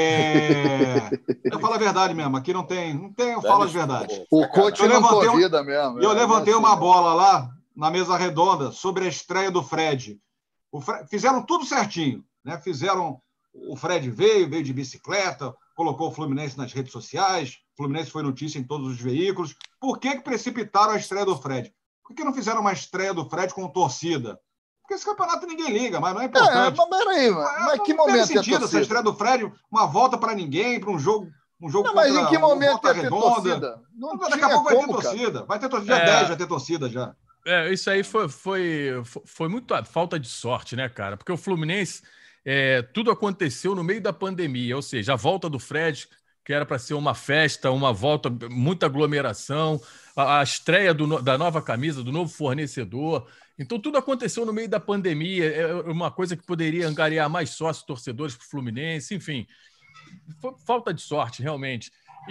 É... Eu falo a verdade mesmo, aqui não tem, não tem, eu falo de verdade. O coach Eu não levantei um- convida mesmo. E eu é, levantei é assim, uma né? bola lá na mesa redonda sobre a estreia do Fred. O Fre- Fizeram tudo certinho, né? Fizeram. O Fred veio, veio de bicicleta, colocou o Fluminense nas redes sociais, o Fluminense foi notícia em todos os veículos. Por que, que precipitaram a estreia do Fred? Por que não fizeram uma estreia do Fred com torcida? Porque esse campeonato ninguém liga, mas não é É, importante. mas peraí, mano. É, Mas que não teve momento é sentido essa torcida? estreia do Fred, uma volta para ninguém, para um jogo, um jogo Não, mas contra em que um momento Volta ia ter Redonda. torcida? Não Daqui tinha a pouco vai ter como, cara. torcida. Vai ter torcida. Dia É. dez vai ter torcida já. É, isso aí foi, foi, foi muito a falta de sorte, né, cara? Porque o Fluminense, é, tudo aconteceu no meio da pandemia, ou seja, a volta do Fred, que era para ser uma festa, uma volta, muita aglomeração, a, a estreia do, no- da nova camisa, do novo fornecedor. Então, tudo aconteceu no meio da pandemia, é uma coisa que poderia angariar mais sócios torcedores para o Fluminense, enfim. Foi falta de sorte, realmente.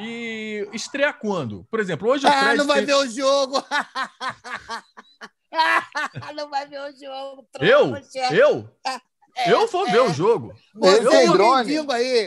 E estrear quando? Por exemplo, hoje o Ah, Fred não vai tem- ver o jogo! Não vai ver o jogo! Eu? trouxa. Eu? É, Eu vou ver o jogo. Você Ele tem e o drone. mendigo aí!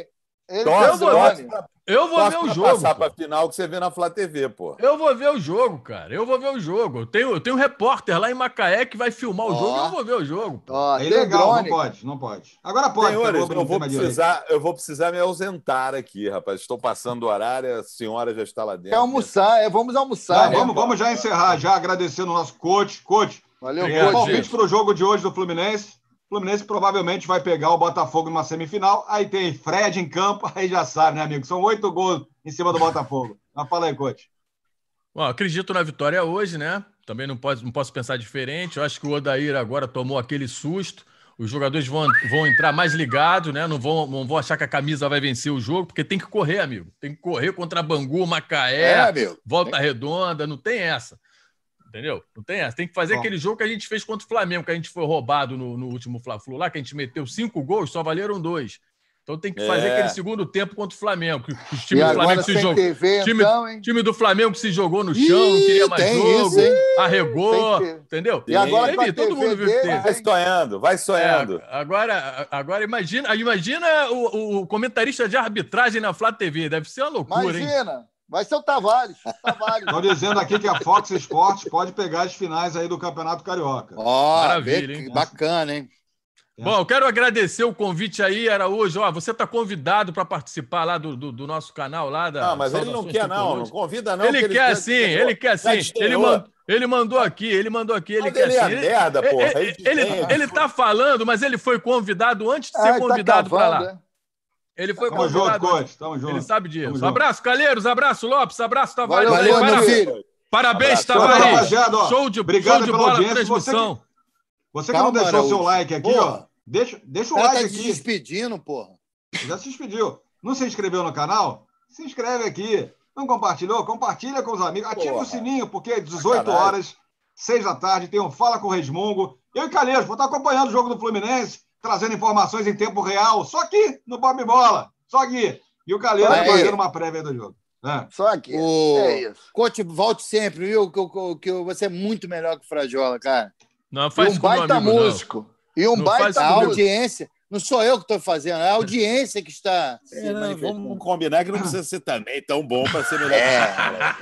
Ele Torce, tem o torce drone. pra- Eu vou torce ver o pra jogo. passar pô. pra final que você vê na Flá T V, pô. Eu vou ver o jogo, cara. Eu vou ver o jogo. Eu tenho, eu tenho um repórter lá em Macaé que vai filmar o Ó. jogo e eu vou ver o jogo. pô. Ó, É tem ilegal, drone. não pode, não pode. Agora pode, porque a Senhores, Globo eu não tem vou, mais direito. precisar, eu vou precisar me ausentar aqui, rapaz. Estou passando do horário, a senhora já está lá dentro. Quer almoçar, é, vamos Tá, almoçar. né? vamos, vamos já encerrar, já agradecendo o nosso coach. Coach, Valeu, Obrigado, é, coach. palpite para o jogo de hoje do Fluminense. O Fluminense provavelmente vai pegar o Botafogo numa semifinal. Aí tem Fred em campo, aí já sabe, né, amigo? São oito gols em cima do Botafogo. Mas fala aí, coach. Bom, acredito na vitória hoje, né? Também não, pode, não posso pensar diferente. Eu acho que o Odair agora tomou aquele susto. Os jogadores vão, vão entrar mais ligados, né? Não vão, não vão achar que a camisa vai vencer o jogo, porque tem que correr, amigo. Tem que correr contra Bangu, Macaé, É, meu. Volta Redonda, não tem essa. Entendeu? Não tem essa. Tem que fazer Bom. aquele jogo que a gente fez contra o Flamengo, que a gente foi roubado no, no último Fla-Flu lá, que a gente meteu cinco gols, só valeram dois. Então tem que fazer É. aquele segundo tempo contra o Flamengo. que Os E times do Flamengo agora se sem jogam. T V, Time, então, hein? time do Flamengo que se jogou no chão, não Ih, queria mais tem jogo, isso, hein? arregou, Sem ter. entendeu? E agora Teve, com a todo T V mundo viu que dele, teve. Vai sonhando, vai sonhando. É, agora, agora imagina, imagina o, o comentarista de arbitragem na Flá T V. Deve ser uma loucura, hein? Imagina. Vai ser o Tavares. Tavares. Estão dizendo aqui que a Fox Sports pode pegar as finais aí do Campeonato Carioca. Ó, Maravilha, vê que hein? bacana, hein? Bom, eu quero agradecer o convite aí, Araújo. Ó, você está convidado para participar lá do, do, do nosso canal lá da. Não, mas ele não Saudações quer, não. Não Tricolores. convida, não. Ele que quer já- sim, já- ele quer já sim. estreou. Ele, man- ele mandou aqui, ele mandou aqui, ele Mas quer ele é sim. Ele- merda, porra. ele, Ele ele, tem. ele tá falando, mas ele foi convidado antes de Ah, ser ele tá convidado para cavando, lá. é? Ele foi Tamo junto, convidado antes. coach. Tamo junto. Ele sabe disso. Tamo junto. Abraço, Calheiros. Abraço, Lopes. Abraço, Tavares. Valeu, Aí, Valeu, para- meu filho. Parabéns, Abraço. Então, Tavares. rapaziada, ó, show de, obrigado show de pela bola na audiência. Você transmissão. Você que Calma, não deixou seu Araújo. like aqui, Porra. ó. Deixa, deixa O o cara like tá se aqui. despedindo, porra. Já se despediu. Não se inscreveu no canal? Se inscreve aqui. Não compartilhou? Compartilha com os amigos. Ativa Porra. o sininho, porque às dezoito Sacanagem. horas, seis da tarde, tem um Fala com o Resmungo. Eu e Calheiros, vou estar acompanhando o jogo do Fluminense, trazendo informações em tempo real, só aqui no Bob Bola. Só aqui. E o Calheiros Aí. fazendo uma prévia do jogo. É. Só aqui. O... É isso. Coach, volte sempre, viu? Que, que, que você é muito melhor que o Frajola, cara. Não E faz um isso com meu baita amigo, não. músico. E um Não faz baita isso A comigo. músico. audiência, não sou eu que estou fazendo, é a audiência que está se É, não, manifestando. vamos combinar que não precisa ser também tão bom para ser melhor. É.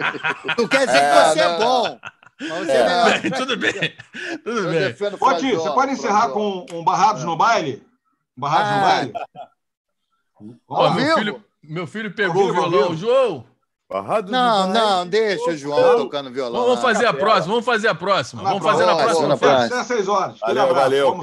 Não quer dizer É, que você não. é bom. Mas você é, É. melhor. Bem, tudo bem. Tudo Eu bem. defendo o Pode, Frajola, você pode encerrar Frajola. com um Barrados no baile? Um Barrados no Ah. baile? Ó, Ao meu, vivo? filho, meu filho pegou Ao vivo, o ao violão. vivo. João, Barrado Não, do não, Baile. deixa o João Não. tocando violão. vamos fazer a Capela. próxima. Vamos fazer a próxima. Na Vamos fazer na próxima. próxima. Na feira. próxima. Até às seis horas. Aquele Valeu, abraço. valeu. Vamos